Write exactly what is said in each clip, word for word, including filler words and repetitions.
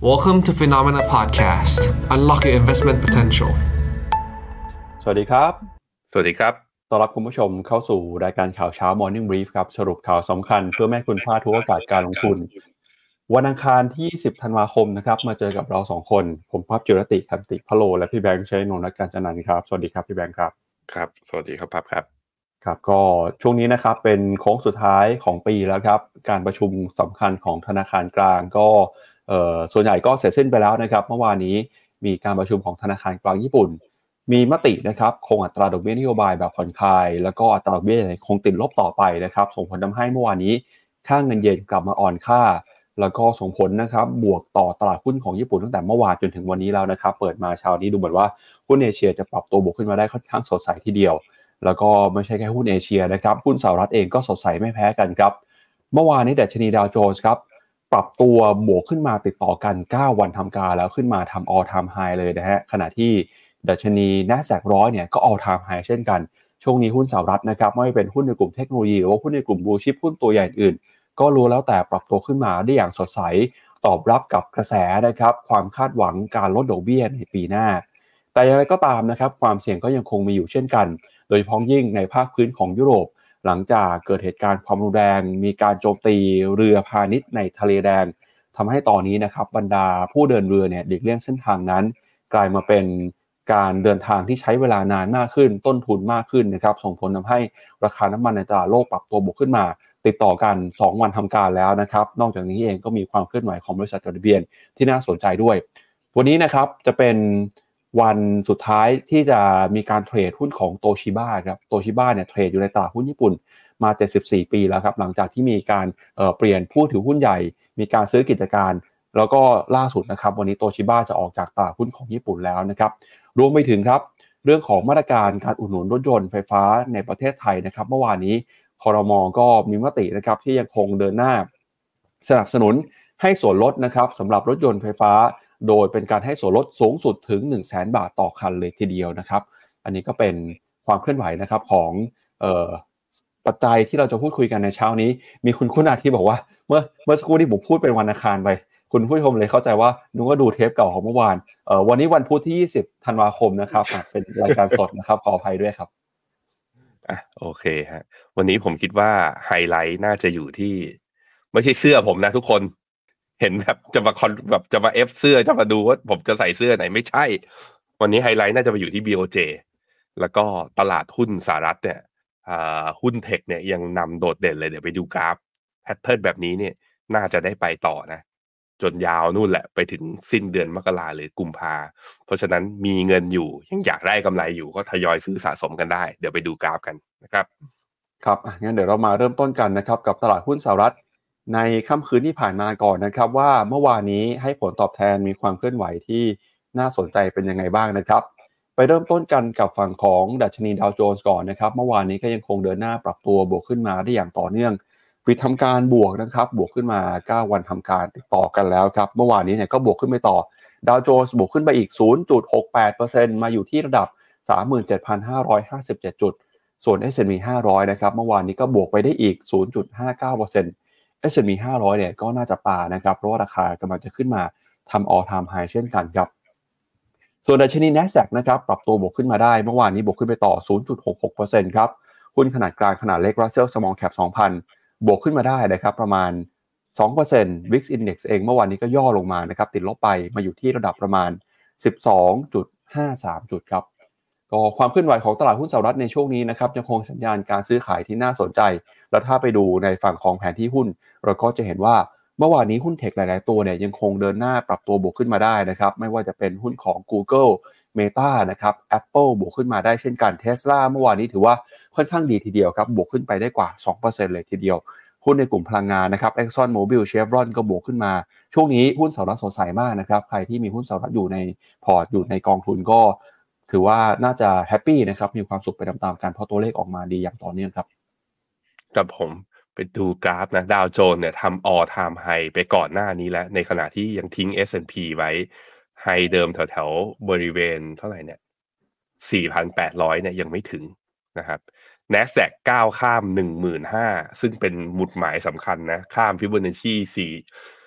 Welcome to Phenomena Podcast. Unlock your investment potential. สวัสดีครับสวัสดีครับต้อนรับคุณผู้ชมเข้าสู่รายการข่าวเช้า Morning Brief ครับสรุปข่าวสำคัญเพื่อไม่ให้คุณพลาดทุกโอกาสการลงทุนวันอังคารที่สิบธันวาคมนะครับมาเจอกับเราสองคนผมพับจิรติคันติพโลและพี่แบงค์ชัยนนท์และการจันนันท์ครับสวัสดีครับพี่แบงค์ครับครับสวัสดีครับพับครับครับก็ช่วงนี้นะครับเป็นโค้งสุดท้ายของปีแล้วครับการประชุมสำคัญของธนาคารกลางก็เอ่อส่วนใหญ่ก็เสร็จสิ้นไปแล้วนะครับเมื่อวานนี้มีการประชุมของธนาคารกลางญี่ปุ่นมีมตินะครับคงอัตราดอกเบี้ยนโยบายแบบผ่อนคลายแล้วก็อัตราดอกเบี้ยคงติดลบต่อไปนะครับส่งผลทำให้เมื่อวานนี้ค่าเงินเยนกลับมาอ่อนค่าแล้วก็ส่งผลนะครับบวกต่อตลาดหุ้นของญี่ปุ่นตั้งแต่เมื่อวานจนถึงวันนี้แล้วนะครับเปิดมาเช้านี้ดูเหมือนว่าหุ้นเอเชียจะปรับตัวบวกขึ้นมาได้ค่อนข้างสดใสทีเดียวแล้วก็ไม่ใช่แค่หุ้นเอเชียนะครับหุ้นสหรัฐเองก็สดใสไม่แพ้กันครับเมื่อวานนี้ดัชนีดาวโจนส์ครับปรับตัวบวกขึ้นมาติดต่อกันเก้าวันทำการแล้วขึ้นมาทำ all time high เลยนะฮะขณะที่ดัชนี Nasdaq หนึ่งร้อยเนี่ยก็ all time high เช่นกันช่วงนี้หุ้นสหรัฐนะครับไม่ว่าเป็นหุ้นในกลุ่มเทคโนโลยีหรือว่าหุ้นในกลุ่ม blue chip หุ้นตัวใหญ่อื่นก็รู้แล้วแต่ปรับตัวขึ้นมาได้อย่างสดใสตอบรับกับกระแสนะครับความคาดหวังการลดดอกเบี้ยในปีหน้าแต่อย่างไรก็ตามนะครับความเสี่ยงก็ยังคงมีอยู่เช่นกันโดยเฉพาะยิ่งในภาคพื้นของยุโรปหลังจากเกิดเหตุการณ์ความรุนแรงมีการโจมตีเรือพาณิชย์ในทะเลแดงทำให้ตอนนี้นะครับบรรดาผู้เดินเรือเนี่ยหลีกเลี่ยงเส้นทางนั้นกลายมาเป็นการเดินทางที่ใช้เวลานานมากขึ้นต้นทุนมากขึ้นนะครับส่งผลทำให้ราคาน้ำมันในตลาดโลกปรับตัวบวกขึ้นมาติดต่อกันสองวันทำการแล้วนะครับนอกจากนี้เองก็มีความเคลื่อนไหวของบริษัทจดทะเบียนที่น่าสนใจด้วยวันนี้นะครับจะเป็นวันสุดท้ายที่จะมีการเทรดหุ้นของโตชิบะครับโตชิบะเนี่ยเทรดอยู่ในตลาดหุ้นญี่ปุ่นมาเจ็ดสิบสี่ปีแล้วครับหลังจากที่มีการเอ่อเปลี่ยนผู้ถือหุ้นใหญ่มีการซื้อกิจการแล้วก็ล่าสุดนะครับวันนี้โตชิบะจะออกจากตลาดหุ้นของญี่ปุ่นแล้วนะครับรวมไปถึงครับเรื่องของมาตรการการอุดหนุนรถยนต์ไฟฟ้าในประเทศไทยนะครับเมื่อวานนี้ครม.ก็มีมตินะครับที่ยังคงเดินหน้าสนับสนุนให้ส่วนลดนะครับสำหรับรถยนต์ไฟฟ้าโดยเป็นการให้ส่วนลดสูงสุดถึง หนึ่งแสน บาทต่อคันเลยทีเดียวนะครับอันนี้ก็เป็นความเคลื่อนไหวนะครับของเอ่อปัจจัยที่เราจะพูดคุยกันในเช้านี้มีคุณคุณอาที่บอกว่าเมื่อเมื่อสักครู่ที่ผมพูดเป็นวันอังคารไปคุณผู้ชมเลยเข้าใจว่านึกว่าดูเทปเก่าของเมื่อวานเอ่อวันนี้วันพุธที่ยี่สิบธันวาคมนะครับเป็นรายการสดนะครับขออภัยด้วยครับอ่ะโอเคฮะวันนี้ผมคิดว่าไฮไลท์น่าจะอยู่ที่ไม่ใช่เสื้อผมนะทุกคนเห็นแบบจะมาคอนแบบจะมาเอฟเสื้อจะมาดูว่าผมจะใส่เสื้อไหนไม่ใช่วันนี้ไฮไลท์น่าจะไปอยู่ที่ บี โอ เจ แล้วก็ตลาดหุ้นสหรัฐเนี่ยอ่าหุ้นเทคเนี่ยยังนำโดดเด่นเลยเดี๋ยวไปดูกราฟแพทเทิร์นแบบนี้เนี่ยน่าจะได้ไปต่อนะจนยาวนู่นแหละไปถึงสิ้นเดือนมกราหรือกุมภาเพราะฉะนั้นมีเงินอยู่ยังอยากได้กำไรอยู่ก็ทยอยซื้อสะสมกันได้เดี๋ยวไปดูกราฟกันนะครับครับงั้นเดี๋ยวเรามาเริ่มต้นกันนะครับกับตลาดหุ้นสหรัฐในค่ำคืนที่ผ่านมาก่อนนะครับว่าเมื่อวานนี้ให้ผลตอบแทนมีความเคลื่อนไหวที่น่าสนใจเป็นยังไงบ้างนะครับไปเริ่มต้นกันกับฝั่งของดัชนีดาวโจนส์ก่อนนะครับเมื่อวานนี้ก็ยังคงเดินหน้าปรับตัวบวกขึ้นมาได้อย่างต่อเนื่องปิดทำการบวกนะครับบวกขึ้นมาเก้าวันทำการติดต่อกันแล้วครับเมื่อวานนี้เนี่ยก็บวกขึ้นไปต่อดาวโจนส์บวกขึ้นไปอีก ศูนย์จุดหกแปดเปอร์เซ็นต์ มาอยู่ที่ระดับ สามหมื่นเจ็ดพันห้าร้อยห้าสิบเจ็ด จุดส่วน เอส แอนด์ พี ห้าร้อยนะครับเมื่อวานนี้ก็บวกไปได้อีก ศูนย์จุดห้าเก้าเปอร์เซ็นต์ เอส แอนด์ พี ห้าร้อยเนี่ยก็น่าจะปานะครับเพราะว่าราคากำลังจะขึ้นมาทำ all time high เช่นกันครับส่วนดัชนี Nasdaq นะครับปรับตัวบวกขึ้นมาได้เมื่อวานนี้บวกขึ้นไปต่อ ศูนย์จุดหกหกเปอร์เซ็นต์ ครับหุ้นขนาดกลางขนาดเล็ก Russell Small Cap สองพัน บวกขึ้นมาได้นะครับประมาณ สองเปอร์เซ็นต์ วี ไอ เอ็กซ์ Index เองเมื่อวานนี้ก็ย่อลงมานะครับติดลบไปมาอยู่ที่ระดับประมาณ สิบสองจุดห้าสาม จุดครับก็ความเคลื่อนไหวของตลาดหุ้นสหรัฐในช่วงนี้นะครับยังคงสัญญาณการซื้อขายที่น่าสนใจแล้วถ้าไปดูในฝั่งของแผนที่หุ้นเราก็จะเห็นว่าเมื่อวานนี้หุ้นเทคหลายๆตัวเนี่ยยังคงเดินหน้าปรับตัวบวกขึ้นมาได้นะครับไม่ว่าจะเป็นหุ้นของ Google Meta นะครับ Apple บวกขึ้นมาได้เช่นกัน Tesla เมื่อวานนี้ถือว่าค่อนข้างดีทีเดียวครับบวกขึ้นไปได้กว่า สองเปอร์เซ็นต์ เลยทีเดียวหุ้นในกลุ่มพลังงานนะครับ Exxon Mobil Chevron ก็บวกขึ้นมาช่วงนี้หุ้นสหรัฐสดใสมากนะครับใครที่มีหุ้นสหรัฐอยู่ในพอร์ตอยู่ในกองทุนก็ถือว่าน่าจะแฮปปี้นะครับมีความสุขไปตามๆกันเพราะตัวเลขออกมาดีอย่างต่อเนื่องครับกับผมไปดูกราฟนะดาวโจนส์เนี่ยทำ all time high ไปก่อนหน้านี้แล้วในขณะที่ยังทิ้ง เอส แอนด์ พี ไว้ไฮเดิมแถวๆบริเวณเท่าไหร่เนี่ย สี่พันแปดร้อย เนี่ยยังไม่ถึงนะครับ Nasdaq ก้าวข้าม หนึ่งหมื่นห้าพัน ซึ่งเป็นหมุดหมายสำคัญนะข้ามฟิโบนัชชีสี่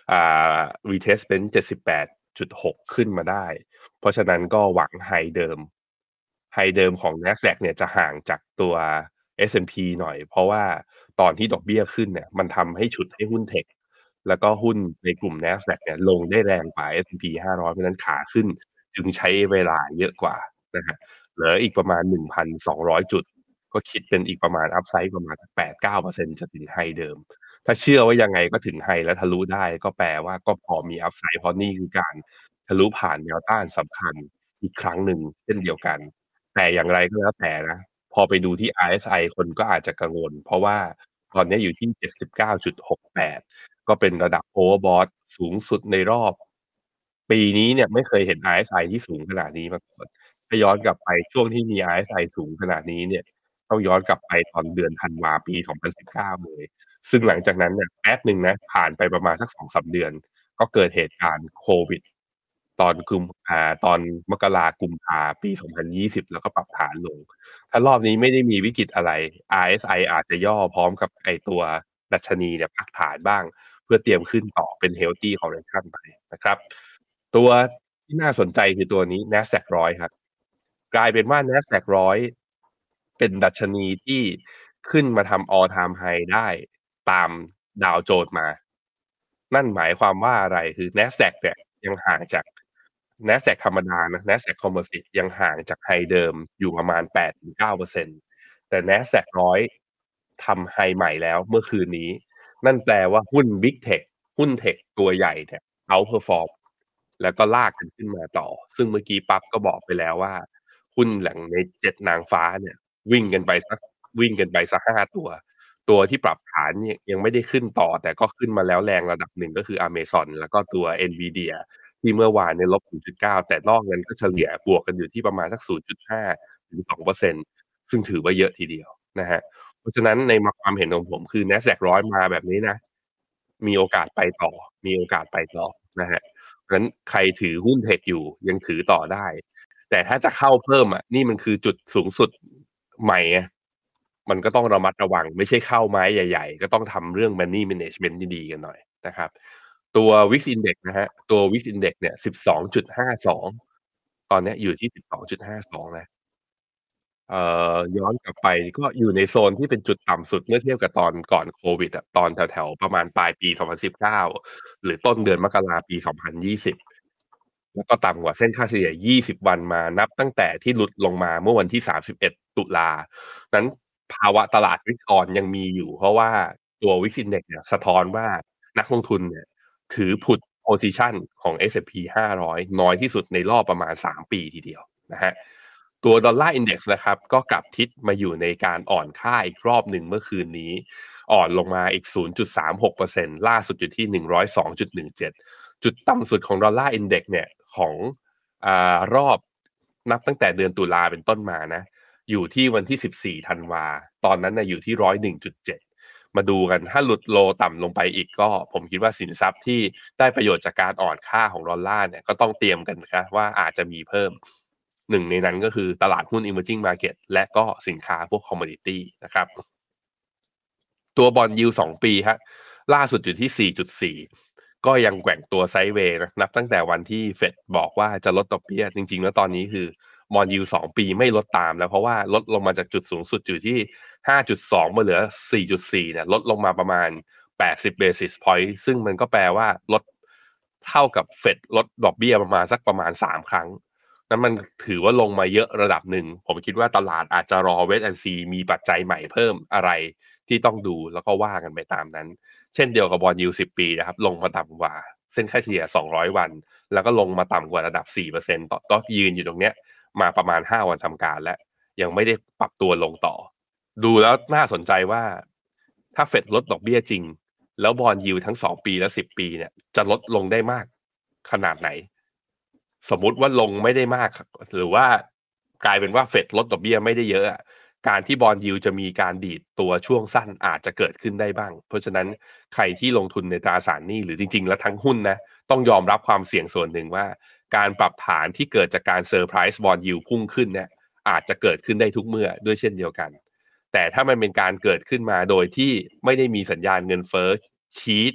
อ่า retracement เจ็ดสิบแปดจุดหก ขึ้นมาได้เพราะฉะนั้นก็หวังไฮเดิมไฮเดิมของ NASDAQ เนี่ยจะห่างจากตัว เอส แอนด์ พี หน่อยเพราะว่าตอนที่ดอกเบี้ยขึ้นเนี่ยมันทำให้ฉุดให้หุ้นเทคแล้วก็หุ้นในกลุ่ม NASDAQ เนี่ยลงได้แรงกว่า เอส แอนด์ พี ห้าร้อยเพราะฉะนั้นขาขึ้นจึงใช้เวลาเยอะกว่านะครับเหลืออีกประมาณ หนึ่งพันสองร้อย จุดก็คิดเป็นอีกประมาณอัพไซด์ประมาณ แปดถึงเก้าเปอร์เซ็นต์ จะถึงไฮเดิมถ้าเชื่อว่ายังไงก็ถึงไฮและทะลุได้ก็แปลว่าก็พอมีอัพไซด์เพราะนี่คือการทะลุผ่านแนวต้านสำคัญอีกครั้งหนึ่งเช่นเดียวกันแต่อย่างไรก็แล้วแต่นะพอไปดูที่ อาร์ เอส ไอ คนก็อาจจะกังวลเพราะว่าตอนนี้อยู่ที่ เจ็ดสิบเก้าจุดหกแปด ก็เป็นระดับ Overbought สูงสุดในรอบปีนี้เนี่ยไม่เคยเห็น อาร์ เอส ไอ ที่สูงขนาดนี้มาก่อนถ้าย้อนกลับไปช่วงที่มี อาร์ เอส ไอ สูงขนาดนี้เนี่ยต้องย้อนกลับไปตอนเดือนธันวาปีสองพันสิบเก้าเลยซึ่งหลังจากนั้นเนี่ยแป๊บหนึ่งนะผ่านไปประมาณสัก สองถึงสาม เดือนก็เกิดเหตุการณ์โควิดตอนกุมอ่าตอนมกรากุมภาปีสองพันยี่สิบแล้วก็ปรับฐานลงถ้ารอบนี้ไม่ได้มีวิกฤตอะไร อาร์ เอส ไอ อาจจะย่อพร้อมกับไอ้ตัวดัชนีเนี่ยพักฐานบ้างเพื่อเตรียมขึ้นต่อเป็น healthy correction ไปนะครับตัวที่น่าสนใจคือตัวนี้ NASDAQ หนึ่งร้อยครับกลายเป็นว่า NASDAQ หนึ่งร้อยเป็นดัชนีที่ขึ้นมาทำ all time high ได้ตามดาวโจนส์มานั่นหมายความว่าอะไรคือ NASDAQ เนี่ยยังห่างจาก NASDAQ ธรรมดานะ NASDAQ Composite ยังห่างจากไฮเดิมอยู่ประมาณ แปดถึงเก้าเปอร์เซ็นต์ แต่ NASDAQ หนึ่งร้อยทำไฮใหม่แล้วเมื่อคืนนี้นั่นแปลว่าหุ้น Big Tech หุ้นเทคตัวใหญ่เนี่ย outperform แล้วก็ลากกันขึ้นมาต่อซึ่งเมื่อกี้ปั๊บก็บอกไปแล้วว่าหุ้นหลังในเจ็ดนางฟ้าเนี่ยวิ่งกันไปสักวิ่งกันไปสักห้าตัวตัวที่ปรับฐานเนี่ยยังไม่ได้ขึ้นต่อแต่ก็ขึ้นมาแล้วแรงระดับหนึ่งก็คือ Amazon แล้วก็ตัว Nvidia ที่เมื่อวานเนี่ยลบ ศูนย์จุดเก้า แต่นอกนั้นก็เฉลี่ยบวกกันอยู่ที่ประมาณสัก ศูนย์จุดห้า ถึง สองเปอร์เซ็นต์ ซึ่งถือว่าเยอะทีเดียวนะฮะเพราะฉะนั้นในความเห็นของผมคือ NASDAQ หนึ่งร้อยมาแบบนี้นะมีโอกาสไปต่อมีโอกาสไปต่อนะฮะเพราะฉะนั้นใครถือหุ้นเทคอยู่ยังถือต่อได้แต่ถ้าจะเข้าเพิ่มอ่ะนี่มันคือจุดสูงสุดใหม่ไงมันก็ต้องระมัดระวังไม่ใช่เข้าไม้ใหญ่ๆก็ต้องทำเรื่อง money management ดีๆกันหน่อยนะครับตัว วี ไอ เอ็กซ์ Index นะฮะตัว วี ไอ เอ็กซ์ Index เนี่ย สิบสองจุดห้าสอง ตอนนี้อยู่ที่ สิบสองจุดห้าสอง นะเอ่อย้อนกลับไปก็อยู่ในโซนที่เป็นจุดต่ำสุดเมื่อเทียบกับตอนก่อนโควิดอะตอนแถวๆประมาณปลายปีสองพันสิบเก้าหรือต้นเดือนมกราปีสองพันยี่สิบแล้วก็ต่ำกว่าเส้นค่าเฉลี่ยยี่สิบวันมานับตั้งแต่ที่หลุดลงมาเมื่อวันที่สามสิบเอ็ดตุลานั้นภาวะตลาด Risk On ยังมีอยู่เพราะว่าตัว วี ไอ เอ็กซ์ Index เนี่ยสะท้อนว่านักลงทุนเนี่ยถือ Put Position ของ เอส แอนด์ พี ห้าร้อยน้อยที่สุดในรอบประมาณสามปีทีเดียวนะฮะตัวดอลลาร์อินเด็กซ์นะครับก็กลับทิศมาอยู่ในการอ่อนค่าอีกรอบหนึ่งเมื่อคืนนี้อ่อนลงมาอีก ศูนย์จุดสามหกเปอร์เซ็นต์ ล่าสุดอยู่ที่ หนึ่งร้อยสองจุดหนึ่งเจ็ด จุดต่ำสุดของดอลลาร์อินเด็กซ์เนี่ยของอ่ารอบนับตั้งแต่เดือนตุลาเป็นต้นมานะอยู่ที่วันที่สิบสี่ธันวาตอนนั้นนะอยู่ที่ หนึ่งร้อยเอ็ดจุดเจ็ด มาดูกันถ้าหลุดโลต่ำลงไปอีกก็ผมคิดว่าสินทรัพย์ที่ได้ประโยชน์จากการอ่อนค่าของดอลลาร์เนี่ยก็ต้องเตรียมกันนะว่าอาจจะมีเพิ่มหนึ่งในนั้นก็คือตลาดหุ้น Emerging Market และก็สินค้าพวก Commodity นะครับตัวบอนด์ยิลด์สองปีฮะล่าสุดอยู่ที่ สี่จุดสี่ ก็ยังแกว่งตัวไซด์เวย์นะนับตั้งแต่วันที่เฟดบอกว่าจะลดดอกเบี้ยจริงๆแล้วตอนนี้คือบอนด์ยิลด์สองปีไม่ลดตามแล้วเพราะว่าลดลงมาจากจุดสูงสุดอยู่ที่ ห้าจุดสอง มาเหลือ สี่จุดสี่ เนี่ยลดลงมาประมาณแปดสิบ basis point ซึ่งมันก็แปลว่าลดเท่ากับเฟดลดดอกเบี้ยประมาณสักประมาณสามครั้งนั้นมันถือว่าลงมาเยอะระดับหนึ่งผมคิดว่าตลาดอาจจะรอเวทแอนด์ซีมีปัจจัยใหม่เพิ่มอะไรที่ต้องดูแล้วก็ว่ากันไปตามนั้นเช่นเดียวกับบอนด์ยิลด์สิบปีนะครับลงมาต่ำกว่าเส้นค่าเฉลี่ยสองร้อยวันแล้วก็ลงมาต่ำกว่าระดับ สี่เปอร์เซ็นต์ ต่อต่อยืนอยู่ตรงเนี้ยมาประมาณห้าวันทำการแล้วยังไม่ได้ปรับตัวลงต่อดูแล้วน่าสนใจว่าถ้าเฟดลดดอกเบี้ยจริงแล้วบอนด์ยิลด์ทั้งสองปีและสิบปีเนี่ยจะลดลงได้มากขนาดไหนสมมุติว่าลงไม่ได้มากหรือว่ากลายเป็นว่าเฟดลดดอกเบี้ยไม่ได้เยอะการที่บอนด์ยิลด์จะมีการดีดตัวช่วงสั้นอาจจะเกิดขึ้นได้บ้างเพราะฉะนั้นใครที่ลงทุนในตราสารหนี้หรือจริงๆแล้วทั้งหุ้นนะต้องยอมรับความเสี่ยงส่วนหนึ่งว่าการปรับฐานที่เกิดจากการเซอร์ไพรส์บอนด์ยิลด์พุ่งขึ้นเนี่ยอาจจะเกิดขึ้นได้ทุกเมื่อด้วยเช่นเดียวกันแต่ถ้ามันเป็นการเกิดขึ้นมาโดยที่ไม่ได้มีสัญญาณเงินเฟ้อชี้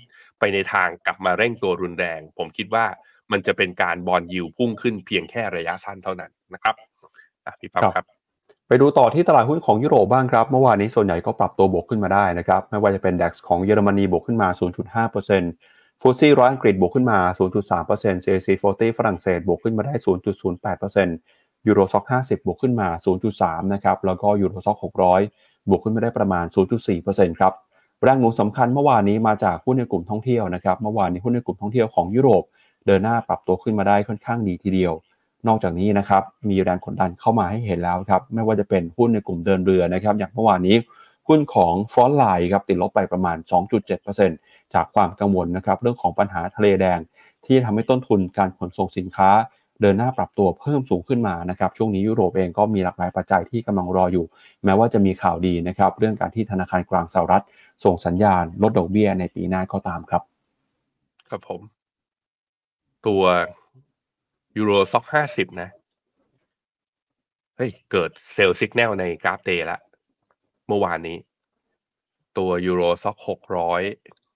ไปในทางกลับมาเร่งตัวรุนแรงผมคิดว่ามันจะเป็นการบอนด์ยิลด์พุ่งขึ้นเพียงแค่ระยะสั้นเท่านั้นนะครับอ่ะพี่ปั๊บครับไปดูต่อที่ตลาดหุ้นของยุโรปบ้างครับเมื่อวานนี้ส่วนใหญ่ก็ปรับตัวบวกขึ้นมาได้นะครับไม่ว่าจะเป็น ดัค ของเยอรมนีบวกขึ้นมา ศูนย์จุดห้าเปอร์เซ็นต์ ฟุตซี่ร้อยอังกฤษบวกขึ้นมา ศูนย์จุดสามเปอร์เซ็นต์ ซี เอ ซี สี่สิบฝรั่งเศสบวกขึ้นมาได้ ศูนย์จุดศูนย์แปดเปอร์เซ็นต์ ยูโรซ็อก ห้าสิบบวกขึ้นมา ศูนย์จุดสาม นะครับแล้วก็ยูโรซ็อกหกร้อยบวกขึ้นมาได้ประมาณ ศูนย์จุดสี่เปอร์เซ็นต์ ครับแรงหนุนสำคัญเมื่อวานนี้มาจากหุ้นในกลุ่มท่องเที่ยวนะครับเมื่อวานนี้หุ้นในกลุ่มท่องเที่ยวของยุโรปเดินหน้าปรับตัวขึ้นมาได้ค่อนข้างดีทีเดียวนอกจากนี้นะครับมีแรงกดดันเข้ามาให้เห็นแล้วครับไม่ว่าจะเป็นหุ้นในกลุ่มเดินเรือนะครับอย่างเมื่อวานนี้หุ้นของฟรอนต์ไลน์ครับติดลบไปประมาณ สองจุดเจ็ดเปอร์เซ็นต์ จากความกังวลนะครับเรื่องของปัญหาทะเลแดงที่ทำให้ต้นทุนการขนส่งสินค้าเดินหน้าปรับตัวเพิ่มสูงขึ้นมานะครับช่วงนี้ยุโรปเองก็มีหลากหลายปัจจัยที่กำลังรออยู่แม้ว่าจะมีข่าวดีนะครับเรื่องการที่ธนาคารกลางสหรัฐส่งสัญญาณลดดอกเบี้ยในปีหน้าก็ตามครับครับผมตัวยูโรซ็อกห้าสิบนะเฮ้ยเกิดเซลล์ซิกแนลในกราฟเดย์ละเมื่อวานนี้ตัวยูโรซ็อกหกร้อย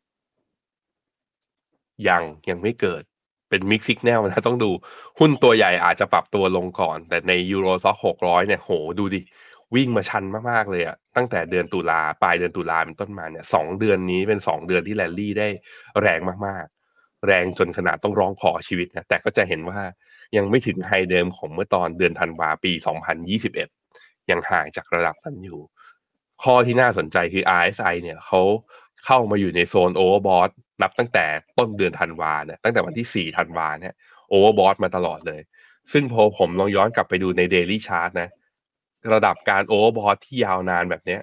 ยังยังไม่เกิดเป็นมิกซ์ซิกแนลนะต้องดูหุ้นตัวใหญ่อาจจะปรับตัวลงก่อนแต่ในยูโรซ็อกหกร้อยเนี่ยโหดูดิวิ่งมาชันมากๆเลยอะตั้งแต่เดือนตุลาปลายเดือนตุลาเป็นต้นมาเนี่ยสองเดือนนี้เป็นสองเดือนที่แรลลี่ได้แรงมากๆแรงจนขนาดต้องร้องขอชีวิตนะแต่ก็จะเห็นว่ายังไม่ถึงไฮเดิมของเมื่อตอนเดือนธันวาปีสองพันยี่สิบเอ็ดยังห่างจากระดับนั้นอยู่ข้อที่น่าสนใจคือ อาร์ เอส ไอ เนี่ยเขาเข้ามาอยู่ในโซนโอเวอร์บอทนับตั้งแต่ต้นเดือนธันวาเนี่ยตั้งแต่วันที่สี่ธันวาเนี่ยโอเวอร์บอทมาตลอดเลยซึ่งพอผมลองย้อนกลับไปดูใน Daily Chart นะระดับการโอเวอร์บอทที่ยาวนานแบบเนี้ย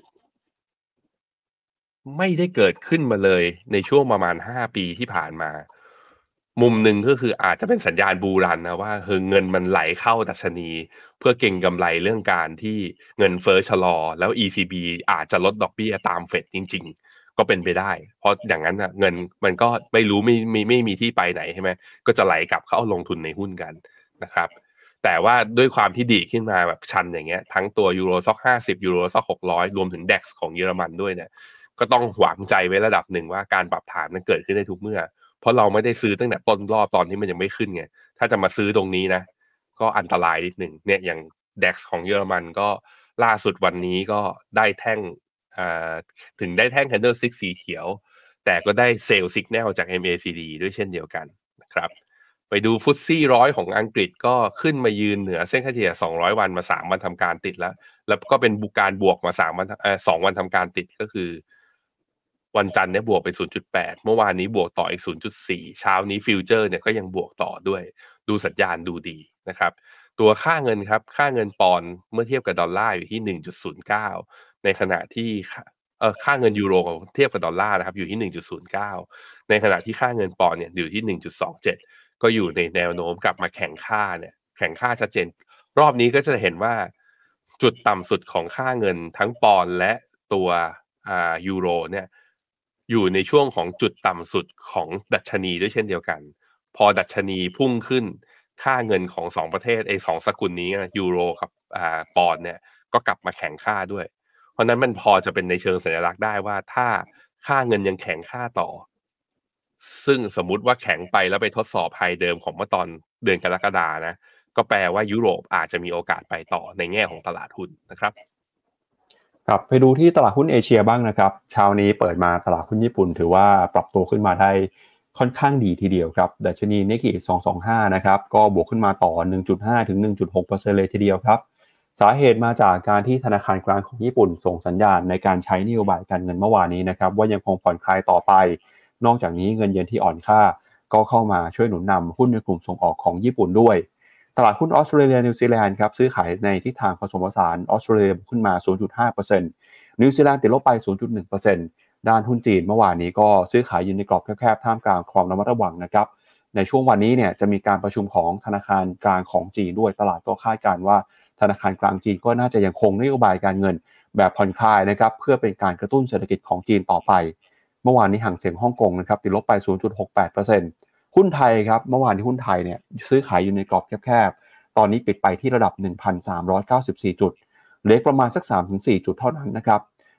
ไม่ได้เกิดขึ้นมาเลยในช่วงประมาณห้าปีที่ผ่านมามุมหนึ่งก็คืออาจจะเป็นสัญญาณบูรันนะว่าเฮ้ยเงินมันไหลเข้าดัชนีเพื่อเก็งกำไรเรื่องการที่เงินเฟ้อชะลอแล้ว อี ซี บี อาจจะลดดอกเบี้ยตามเฟดจริงๆก็เป็นไปได้เพราะอย่างนั้นนะเงินมันก็ไม่รู้ไม่ไม่ไม่มีที่ไปไหนใช่ไหมก็จะไหลกลับเข้าลงทุนในหุ้นกันนะครับแต่ว่าด้วยความที่ดีขึ้นมาแบบชันอย่างเงี้ยทั้งตัวยูโรซ็อกห้าสิบยูโรซ็อกหกร้อยรวมถึง ดัค ของเยอรมันด้วยเนี่ยก็ต้องหวังใจไว้ระดับหนึ่งว่าการปรับฐานนั้นเกิดขึ้นได้ทุกเมื่อเพราะเราไม่ได้ซื้อตั้งแต่ต้นรอบตอนที่มันยังไม่ขึ้นไงถ้าจะมาซื้อตรงนี้นะก็อันตรายนิดหนึ่งเนี่ยอย่าง ดัค ของเยอรมันก็ล่าสุดวันนี้ก็ได้แท่งถึงได้แท่ง candlestick สีเขียวแต่ก็ได้เซลล์ signal จาก เอ็ม เอ ซี ดี ด้วยเช่นเดียวกันนะครับไปดูฟุตซี่ร้อยของอังกฤษก็ขึ้นมายืนเหนือเส้นค่าเฉลี่ยสองร้อยวันมาสามวันทำการติดแล้วแล้วก็เป็นการบวกมาสามวันเอ่อสองวันทำการติดก็คือวันจันทร์เนี่ยบวกไป ศูนย์จุดแปด เมื่อวานนี้บวกต่ออีก ศูนย์จุดสี่ เช้านี้ฟิวเจอร์เนี่ยก็ยังบวกต่อด้วยดูสัญญาณดูดีนะครับตัวค่าเงินครับค่าเงินปอนด์เมื่อเทียบกับดอลลาร์อยู่ที่ หนึ่งจุดศูนย์เก้า ในขณะที่เอ่อค่าเงินยูโรเทียบกับดอลลาร์นะครับอยู่ที่ หนึ่งจุดศูนย์เก้า ในขณะที่ค่าเงินปอนด์เนี่ยอยู่ที่ หนึ่งจุดสองเจ็ด ก็อยู่ในแนวโน้มกลับมาแข่งค่าเนี่ยแข่งค่าชัดเจนรอบนี้ก็จะเห็นว่าจุดต่ำสุดของค่าเงินทั้งปอนด์และตัวอ่ายูโรเนี่ยอยู่ในช่วงของจุดต่ำสุดของดัชนีด้วยเช่นเดียวกันพอดัชนีพุ่งขึ้นค่าเงินของสองประเทศไอ้สองสกุลนี้ยูโรกับอ่าปอนด์เนี่ยก็กลับมาแข่งค่าด้วยเพราะนั้นมันพอจะเป็นในเชิงสัญลักษณ์ได้ว่าถ้าค่าเงินยังแข่งค่าต่อซึ่งสมมุติว่าแข็งไปแล้วไปทดสอบไฮเดิมของเมื่อตอนเดือนกรกฎานะก็แปลว่ายุโรปอาจจะมีโอกาสไปต่อในแง่ของตลาดหุ้นนะครับครับไปดูที่ตลาดหุ้นเอเชียบ้างนะครับเช้านี้เปิดมาตลาดหุ้นญี่ปุ่นถือว่าปรับตัวขึ้นมาได้ค่อนข้างดีทีเดียวครับดัชนีนิกเกิสองร้อยยี่สิบห้านะครับก็บวกขึ้นมาต่อ หนึ่งจุดห้า ถึง หนึ่งจุดหกเปอร์เซ็นต์ เลยทีเดียวครับสาเหตุมาจากการที่ธนาคารกลางของญี่ปุ่นส่งสัญญาณในการใช้นโยบายการเงินเมื่อวานนี้นะครับว่ายังคงผ่อนคลายต่อไปนอกจากนี้เงินเยนที่อ่อนค่าก็เข้ามาช่วยหนุนนำหุ้นในกลุ่มส่งออกของญี่ปุ่นด้วยตลาดหุ้นออสเตรเลียนิวซีแลนด์ครับซื้อขายในทิศทางผสมผสานออสเตรเลียขึ้นมา ศูนย์จุดห้าเปอร์เซ็นต์ นิวซีแลนด์ติดลบไป ศูนย์จุดหนึ่งเปอร์เซ็นต์ ด้านหุ้นจีนเมื่อวานนี้ก็ซื้อขายอยู่ในกรอบแคบๆท่ามกลางความระมัดระวังนะครับในช่วงวันนี้เนี่ยจะมีการประชุมของธนาคารกลางของจีนด้วยตลาดก็คาดการณ์ว่าธนาคารกลางจีนก็น่าจะยังคงนโยบายการเงินแบบผ่อนคลายนะครับเพื่อเป็นการกระตุ้นเศรษฐกิจของจีนต่อไปเมื่อวานนี้ห่างเสียงฮ่องกงนะครับติดลบไป ศูนย์จุดหกแปดเปอร์เซ็นต์ หุ้นไทยครับเมื่อวานที่หุ้นไทยเนี่ยซื้อขายอยู่ในกรอบแคบๆตอนนี้ปิดไปที่ระดับ หนึ่งพันสามร้อยเก้าสิบสี่ จุดเหลือประมาณสัก สามถึงสี่ จุดเท่านั้นนะครับ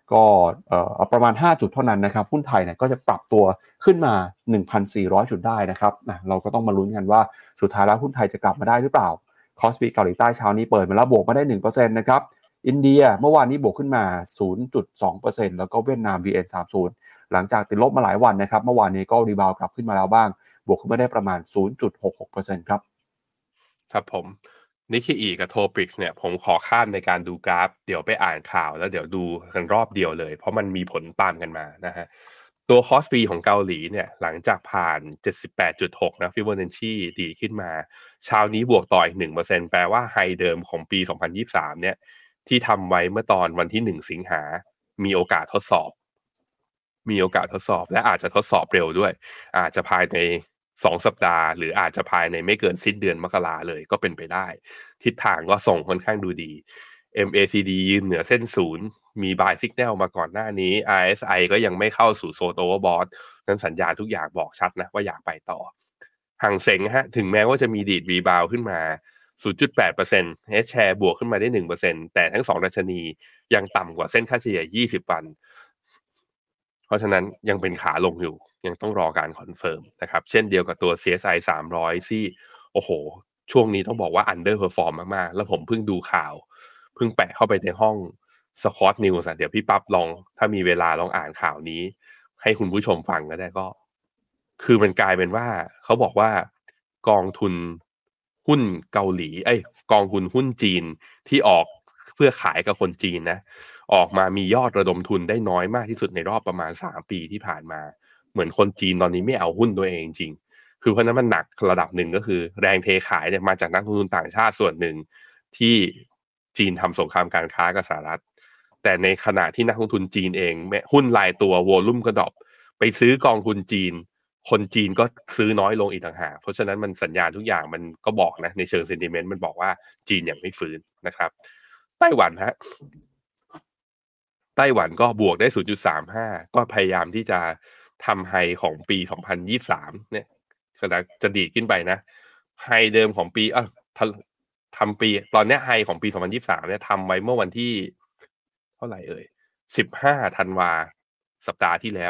ก็เอ่อประมาณห้าจุดเท่านั้นนะครับหุ้นไทยเนี่ยก็จะปรับตัวขึ้นมา หนึ่งพันสี่ร้อย จุดได้นะครับนะเราก็ต้องมาลุ้นกันว่าสุดท้ายแล้วหุ้นไทยจะกลับมาได้หรือเปล่าคอสปีเกาหลีใต้เช้านี้เปิดมาแล้วบวกมาได้ หนึ่งเปอร์เซ็นต์ นะครับอินเดียเมื่อวานนี้บวกขึ้นมา ศูนย์จุดสองเปอร์เซ็นต์ แล้วก็เวียดนาม วี เอ็น สามสิบ หลังจากติดลบมาหลายวันนะครับเมื่อวานนี้ก็รีบาวด์กลับขึ้นมาแล้วบ้างบวกขึ้นมาได้ประมาณ ศูนย์จุดหกหกเปอร์เซ็นต์ ครับครับผมนิกเกอีกับโทปิกส์เนี่ยผมขอข้ามในการดูกราฟเดี๋ยวไปอ่านข่าวแล้วเดี๋ยวดูกันรอบเดียวเลยเพราะมันมีผลตามกันมานะฮะตัวคอสปีของเกาหลีเนี่ยหลังจากผ่าน เจ็ดสิบแปดจุดหก นะฟิโบนัชชีดีขึ้นมาเช้านี้บวกต่ออีก หนึ่งเปอร์เซ็นต์ แปลว่าไฮเดิมของปี สองพันยี่สิบสาม เนี่ยที่ทำไว้เมื่อตอนวันที่ หนึ่ง สิงหามีโอกาสทดสอบมีโอกาสทดสอบและอาจจะทดสอบเร็วด้วยอาจจะภายในสองสัปดาห์หรืออาจจะภายในไม่เกินสิ้นเดือนมกราเลยก็เป็นไปได้ทิศทางก็ส่งค่อนข้างดูดี เอ็ม เอ ซี ดี ยืนเหนือเส้นศูนย์มี buy signal มาก่อนหน้านี้ อาร์ เอส ไอ ก็ยังไม่เข้าสู่โซน overbought นั้นสัญญาณทุกอย่างบอกชัดนะว่าอยากไปต่อห่างเส็งฮะถึงแม้ว่าจะมีดีดรีบาวขึ้นมา ศูนย์จุดแปดเปอร์เซ็นต์ H share บวกขึ้นมาได้ หนึ่งเปอร์เซ็นต์ แต่ทั้งสองดัชนียังต่ำกว่าเส้นค่าเฉลี่ยยี่สิบวันเพราะฉะนั้นยังเป็นขาลงอยู่ยังต้องรอการคอนเฟิร์มนะครับเช่นเดียวกับตัว ซี เอส ไอ สามร้อยที่โอ้โหช่วงนี้ต้องบอกว่า underperform มากๆแล้วผมเพิ่งดูข่าวเพิ่งแปะเข้าไปในห้อง Scott News เดี๋ยวพี่ปั๊บลองถ้ามีเวลาลองอ่านข่าวนี้ให้คุณผู้ชมฟังก็ได้ก็คือมันกลายเป็นว่าเขาบอกว่ากองทุนหุ้นเกาหลีเอ้ยกองทุนหุ้นจีนที่ออกเพื่อขายกับคนจีนนะออกมามียอดระดมทุนได้น้อยมากที่สุดในรอบประมาณสามปีที่ผ่านมาเหมือนคนจีนตอนนี้ไม่เอาหุ้นตัวเองจริงคือเพราะนั้นมันหนักระดับหนึ่งก็คือแรงเทขายเนี่ยมาจากนักลงทุนต่างชาติส่วนหนึ่งที่จีนทำสงครามการค้ากับสหรัฐแต่ในขณะที่นักลงทุนจีนเองหุ้นรายตัววอลลุ่มก็ดรอปไปซื้อกองทุนจีนคนจีนก็ซื้อน้อยลงอีกต่างหากเพราะฉะนั้นมันสัญญาณทุกอย่างมันก็บอกนะในเชิงเซนติเมนต์มันบอกว่าจีนยังไม่ฟื้นนะครับไต้หวันฮะไต้หวันก็บวกได้ ศูนย์จุดสามห้า ก็พยายามที่จะทำไฮของปี สองพันยี่สิบสาม เนี่ยจะดีดขึ้นไปนะไฮเดิมของปีเออทำปีตอนนี้ไฮของปี สองพันยี่สิบสาม เนี่ยทำไว้เมื่อวันที่เท่าไหร่เอ่ยสิบห้าธันวาสัปดาห์ที่แล้ว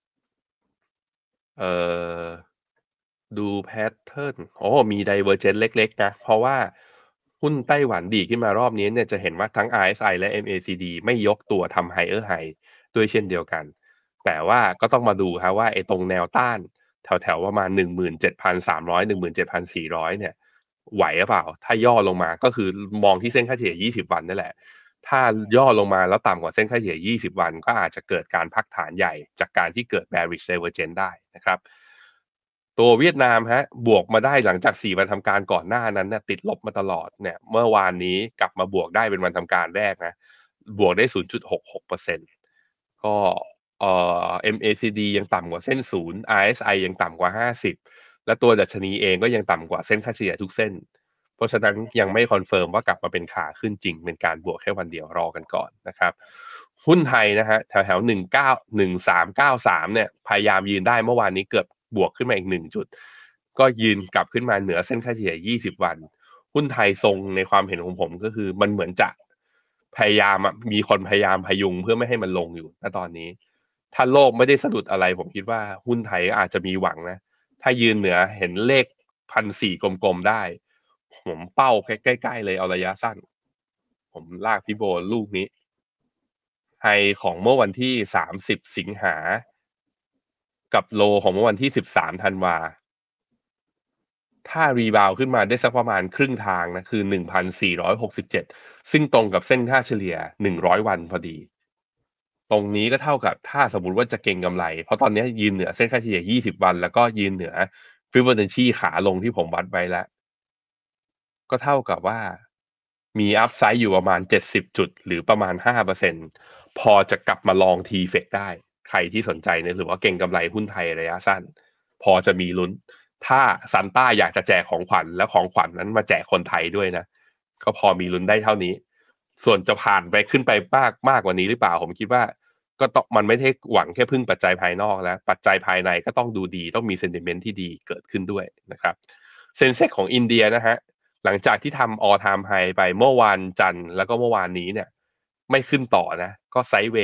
เอ่อดูแพทเทิร์นโอ้มี divergence เล็กๆนะเพราะว่าหุ้นไต้หวันดีขึ้นมารอบนี้เนี่ยจะเห็นว่าทั้ง อาร์ เอส ไอ และ เอ็ม เอ ซี ดี ไม่ยกตัวทำ higher high ด้วยเช่นเดียวกันแต่ว่าก็ต้องมาดูครับว่าไอ้ตรงแนวต้านแถวๆประมาณ หนึ่งหมื่นเจ็ดพันสามร้อย หนึ่งหมื่นเจ็ดพันสี่ร้อย เนี่ยไหวหรือเปล่าถ้าย่อลงมาก็คือมองที่เส้นค่าเฉลี่ยยี่สิบวันนั่นแหละถ้าย่อลงมาแล้วต่ำกว่าเส้นค่าเฉลี่ยยี่สิบวันก็อาจจะเกิดการพักฐานใหญ่จากการที่เกิด bearish divergence ได้นะครับตัวเวียดนามฮะบวกมาได้หลังจากสี่วันทำการก่อนหน้านั้นเนี่ยติดลบมาตลอดเนี่ยเมื่อวานนี้กลับมาบวกได้เป็นวันทำการแรกนะบวกได้ ศูนย์จุดหกหกเปอร์เซ็นต์ ก็เอ่อ เอ็ม เอ ซี ดี ยังต่ำกว่าเส้นศูนย์ อาร์ เอส ไอ ยังต่ำกว่าห้าสิบและตัวดัชนีเองก็ยังต่ำกว่าเส้นค่าเฉลี่ยทุกเส้นเพราะฉะนั้นยังไม่คอนเฟิร์มว่ากลับมาเป็นขาขึ้นจริงเป็นการบวกแค่วันเดียวรอกันก่อนนะครับหุ้นไทยนะฮะแถวๆหนึ่งเก้า หนึ่งสามเก้าสามเนี่ยพยายามยืนได้เมื่อวานนี้เกือบบวกขึ้นมาอีกหนึ่งจุดก็ยืนกลับขึ้นมาเหนือเส้นค่าเฉลี่ยยี่สิบวันหุ้นไทยทรงในความเห็นของผมก็คือมันเหมือนจะพยายามมีคนพยายามพยุงเพื่อไม่ให้มันลงอยู่ณตอนนี้ถ้าโลกไม่ได้สะดุดอะไรผมคิดว่าหุ้นไทยอาจจะมีหวังนะถ้ายืนเหนือเห็นเลขพันสี่กลมๆได้ผมเป้าใกล้ๆเลยเอาระยะสั้นผมลากพี่โบลูกนี้ไฮของเมื่อวันที่สามสิบสิงหากับโลของเมื่อวันที่สิบสามธันวาถ้ารีบาวขึ้นมาได้สักประมาณครึ่งทางนะคือ หนึ่งพันสี่ร้อยหกสิบเจ็ด ซึ่งตรงกับเส้นค่าเฉลี่ยหนึ่งร้อยวันพอดีตรงนี้ก็เท่ากับถ้าสมมุติว่าจะเก็งกำไรเพราะตอนนี้ยืนเหนือเส้นค่าเฉลี่ยยี่สิบวันแล้วก็ยืนเหนือฟิโบนัชชีขาลงที่ผมวัดไว้แล้วก็เท่ากับว่ามีอัพไซด์อยู่ประมาณเจ็ดสิบจุดหรือประมาณ ห้าเปอร์เซ็นต์ พอจะกลับมาลอง ที เอฟ อี ซี ได้ใครที่สนใจเนี่ยหรือว่าเก็งกำไรหุ้นไทยระยะสั้นพอจะมีลุ้นถ้าซันต้าอยากจะแจกของขวัญและของขวัญนั้นมาแจกคนไทยด้วยนะก็พอมีลุ้นได้เท่านี้ส่วนจะผ่านไปขึ้นไปมากมากกว่านี้หรือเปล่าผมคิดว่าก็ต้องมันไม่ได้หวังแค่พึ่งปัจจัยภายนอกแล้วปัจจัยภายในก็ต้องดูดีต้องมีเซนติเมนต์ที่ดีเกิดขึ้นด้วยนะครับเซ็นเซ็กของอินเดียนะฮะหลังจากที่ทำ all time high ไปเมื่อวานจันทร์แล้วก็เมื่อวานนี้เนี่ยไม่ขึ้นต่อนะก็ไซด์เวย์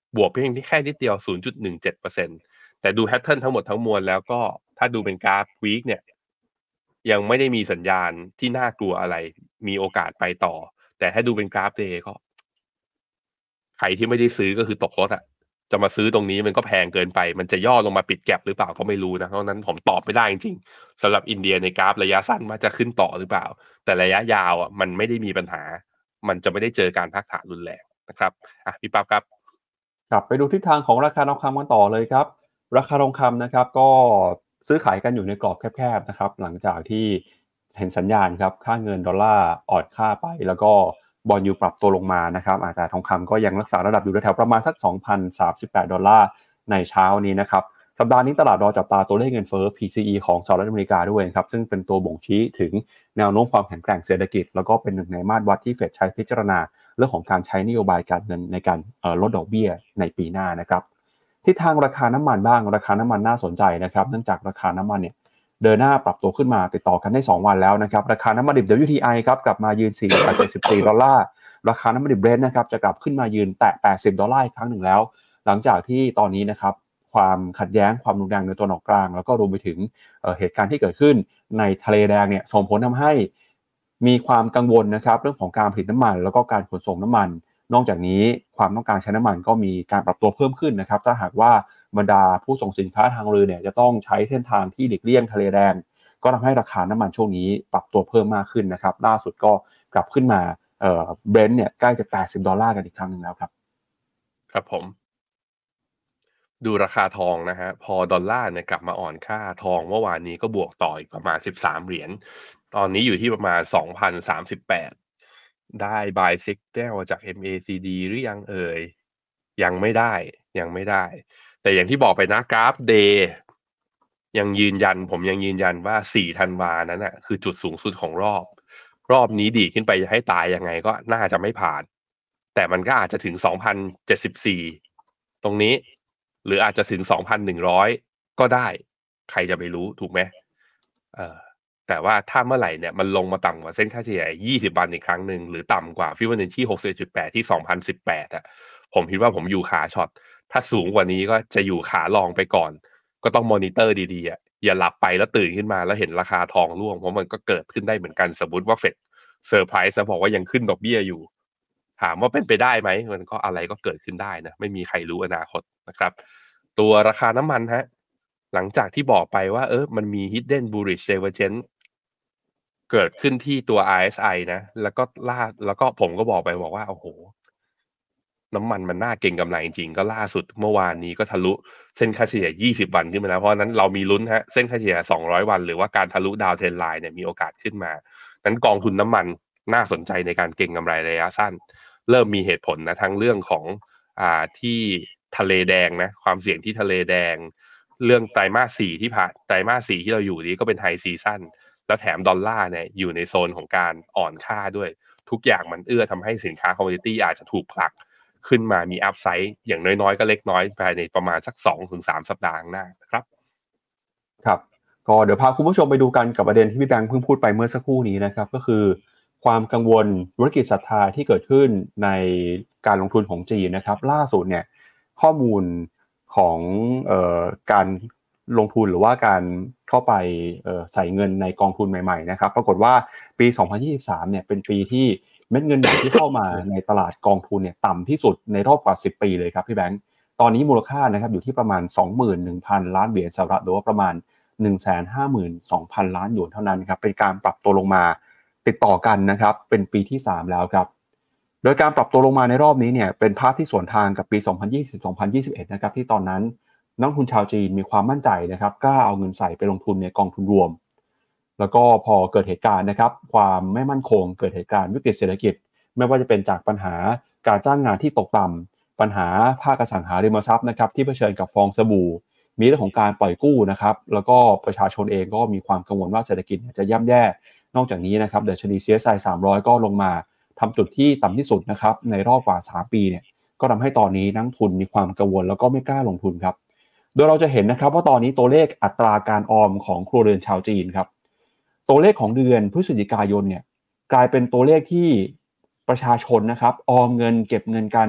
บวกเพียงแค่นิดเดียว ศูนย์จุดหนึ่งเจ็ดเปอร์เซ็นต์ แต่ดูแพทเทิร์นทั้งหมดทั้งมวลแล้วก็ถ้าดูเป็นกราฟวีคเนี่ยยังไม่ได้มีสัญญาณที่น่ากลัวอะไรมีโอกาสไปต่อแต่ถ้าดูเป็นกราฟเดย์ก็ใครที่ไม่ได้ซื้อก็คือตกรถอ่ะจะมาซื้อตรงนี้มันก็แพงเกินไปมันจะย่อลงมาปิดแก็ปหรือเปล่าก็ไม่รู้นะเพราะนั้นผมตอบไม่ได้จริงๆสำหรับอินเดียในกราฟระยะสั้นว่าจะขึ้นต่อหรือเปล่าแต่ระยะยาวอ่ะมันไม่ได้มีปัญหามันจะไม่ได้เจอการพักฐานรุนแรงนะครับอ่ะพี่ปั๊บครับกลับไปดูทิศทางของราคาทองคำกันต่อเลยครับราคาทองคำนะครับก็ซื้อขายกันอยู่ในกรอบแคบๆนะครับหลังจากที่เห็นสัญญาณครับค่าเงินดอลลาร์อ่อนค่าไปแล้วก็บอนด์ยิลด์ปรับตัวลงมานะครับแต่ทองคำก็ยังรักษาระดับอยู่แถวๆประมาณสัก สองพันสามสิบแปด ดอลลาร์ในเช้านี้นะครับสัปดาห์นี้ตลาดรอจับตาตัวเลขเงินเฟ้อ พี ซี อี ของสหรัฐอเมริกาด้วยครับซึ่งเป็นตัวบ่งชี้ถึงแนวโน้มความแข็งแกร่งเศรษฐกิจแล้วก็เป็นหนึ่งในมาตรวัดที่เฟดใช้พิจารณาเรื่องของการใช้นโยบายการเงินในการลดดอกเบี้ยในปีหน้านะครับทิศทางราคาน้ำมันบ้างราคาน้ำมันน่าสนใจนะครับเนื่องจากราคาน้ำมันเนี่ยเดินหน้าปรับตัวขึ้นมาติดต่อกันได้สองวันแล้วนะครับราคาน้ำมันดิบ ดับเบิลยู ที ไอ ครับกลับมายืน สี่ร้อยเจ็ดสิบสี่ ดอลลาร์ราคาน้ำมันดิบ Brent นะครับจะกลับขึ้นมายืนแตะแปดสิบดอลลาร์อีกครั้งหนึ่งแล้วหลังจากที่ตอนนี้นะครับความขัดแย้งความรุนแรงในตัวหนอกกลางแล้วก็รวมไปถึง เอ่อ เหตุการณ์ที่เกิดขึ้นในทะเลแดงเนี่ยส่งผลทำให้มีความกังวลนะครับเรื่องของการผลิตน้ำมันแล้วก็การขนส่งน้ำมันนอกจากนี้ความต้องการใช้น้ำมันก็มีการปรับตัวเพิ่มขึ้นนะครับถ้าหากว่าบรรดาผู้ส่งสินค้าทางเรือเนี่ยจะต้องใช้เส้นทางที่หลีกเลี่ยงทะเลแดงก็ทำให้ราคาน้ำมันช่วงนี้ปรับตัวเพิ่มมากขึ้นนะครับล่าสุดก็กลับขึ้นมาเอ่อ Brent เนี่ยใกล้จะแปดสิบดอลลาร์กันอีกครั้งนึงแล้วครับครับผมดูราคาทองนะฮะพอดอลลาร์เนี่ยกลับมาอ่อนค่าทองเมื่อวานนี้ก็บวกต่ออีกประมาณสิบสามเหรียญตอนนี้อยู่ที่ประมาณ สองพันสามสิบแปด ได้ buy signal จาก เอ็ม เอ ซี ดี หรือยังเอ่ยยังไม่ได้ยังไม่ได้แต่อย่างที่บอกไปนะกราฟ Day ยังยืนยันผมยังยืนยันว่าสี่ธันวานั้นน่ะคือจุดสูงสุดของรอบรอบนี้ดีขึ้นไปให้ตายยังไงก็น่าจะไม่ผ่านแต่มันก็อาจจะถึง สองพันเจ็ดสิบสี่ ตรงนี้หรืออาจจะถึง สองพันหนึ่งร้อย ก็ได้ใครจะไปรู้ถูกไหมเอ่อแต่ว่าถ้าเมื่อไหร่เนี่ยมันลงมาต่ำกว่าเส้นค่าเฉลี่ยยี่สิบวันอีกครั้งหนึ่งหรือต่ำกว่าฟิโบนัชชี หกสิบเอ็ดจุดแปด ที่ สองพันสิบแปด อ่ะผมคิดว่าผมอยู่ขาช็อตถ้าสูงกว่านี้ก็จะอยู่ขาลองไปก่อนก็ต้องมอนิเตอร์ดีๆอ่ะอย่าหลับไปแล้วตื่นขึ้นมาแล้วเห็นราคาทองร่วงเพราะมันก็เกิดขึ้นได้เหมือนกันสมมติว่าเฟดเซอร์ไพรส์แล้วบอกว่ายังขึ้นดอกเบี้ยอยู่ถามว่าเป็นไปได้ไหมมันก็อะไรก็เกิดขึ้นได้นะไม่มีใครรู้อนาคตนะครับตัวราคาน้ำมันฮะหลังจากที่บอกไปว่าเออมันมี hidden bullish divergence เกิดขึ้นที่ตัว อาร์ เอส ไอ นะแล้วก็ล่าแล้วก็ผมก็บอกไปบอกว่าโอ้โหน้ำมันมันน่าเก็งกำไรจริงๆก็ล่าสุดเมื่อวานนี้ก็ทะลุเส้นค่าเฉลี่ยยี่สิบวันขึ้นมาแล้วเพราะนั้นเรามีลุ้นฮะเส้นค่าเฉลี่ยสองร้อยวันหรือว่าการทะลุดาวเทรนไลน์เนี่ยมีโอกาสขึ้นมานั้นกองทุนน้ำมันน่าสนใจในการเก็งกำไรระยะสั้นเริ่มมีเหตุผลนะทั้งเรื่องของอ่าที่ทะเลแดงนะความเสี่ยงที่ทะเลแดงเรื่องไตรมาสสี่ที่ผ่านไตรมาสสี่ที่เราอยู่นี้ก็เป็นไฮซีซั่นแล้วแถมดอลลาร์เนี่ยอยู่ในโซนของการอ่อนค่าด้วยทุกอย่างมันเอื้อทำให้สินค้าคอมมูนิตี้อาจจะถูกผลักขึ้นมามีอัพไซด์อย่างน้อยๆก็เล็กน้อยภายในประมาณสัก สองถึงสาม สัปดาห์ข้างหน้านะครับครับก็เดี๋ยวพาคุณผู้ชมไปดูกันกับประเด็นที่พี่แบงค์เพิ่งพูดไปเมื่อสักครู่นี้นะครับก็คือความกังวลธุรกิจศรัทธาที่เกิดขึ้นในการลงทุนของจีนนะครับล่าสุดเนี่ยข้อมูลของเอ่อการลงทุนหรือว่าการเข้าไปเอ่อใส่เงินในกองทุนใหม่ๆนะครับปรากฏว่าปีสองพันยี่สิบสามเนี่ยเป็นปีที่เม็ดเงินใหม่ที่เข้ามาในตลาดกองทุนเนี่ยต่ำที่สุดในรอบกว่าสิบปีเลยครับพี่แบงค์ตอนนี้มูลค่านะครับอยู่ที่ประมาณ สองหมื่นหนึ่งพัน ล้านเหรียญสหรัฐหรือว่าประมาณ หนึ่งแสนห้าหมื่นสองพัน ล้านหยวนเท่านั้นครับเป็นการปรับตัวลงมาติดต่อกันนะครับเป็นปีที่สามแล้วครับโดยการปรับตัวลงมาในรอบนี้เนี่ยเป็นภาพที่สวนทางกับปีสองพันยี่สิบ สองพันยี่สิบเอ็ดนะครับที่ตอนนั้นนักลงทุนชาวจีนมีความมั่นใจนะครับกล้าเอาเงินใส่ไปลงทุนในกองทุนรวมแล้วก็พอเกิดเหตุการณ์นะครับความไม่มั่นคงเกิดเหตุการณ์วิกฤตเศรษฐกิจไม่ว่าจะเป็นจากปัญหาการจ้างงานที่ตกต่ำปัญหาภาคอสังหาริมทรัพย์นะครับที่เผชิญกับฟองสบู่มีเรื่องของการปล่อยกู้นะครับแล้วก็ประชาชนเองก็มีความกังวลว่าเศรษฐกิจจะย่ำแย่นอกจากนี้นะครับดัชนี ซี เอส ไอ สามร้อยก็ลงมาทำจุดที่ต่ำที่สุดนะครับในรอบกว่าสามปีเนี่ยก็ทำให้ตอนนี้นักทุนมีความกังวลแล้วก็ไม่กล้าลงทุนครับโดยเราจะเห็นนะครับว่าตอนนี้ตัวเลขอัตราการออมของครัวเรือนชาวจีนครับตัวเลขของเดือนพฤศจิกายนเนี่ยกลายเป็นตัวเลขที่ประชาชนนะครับออมเงินเก็บเงินกัน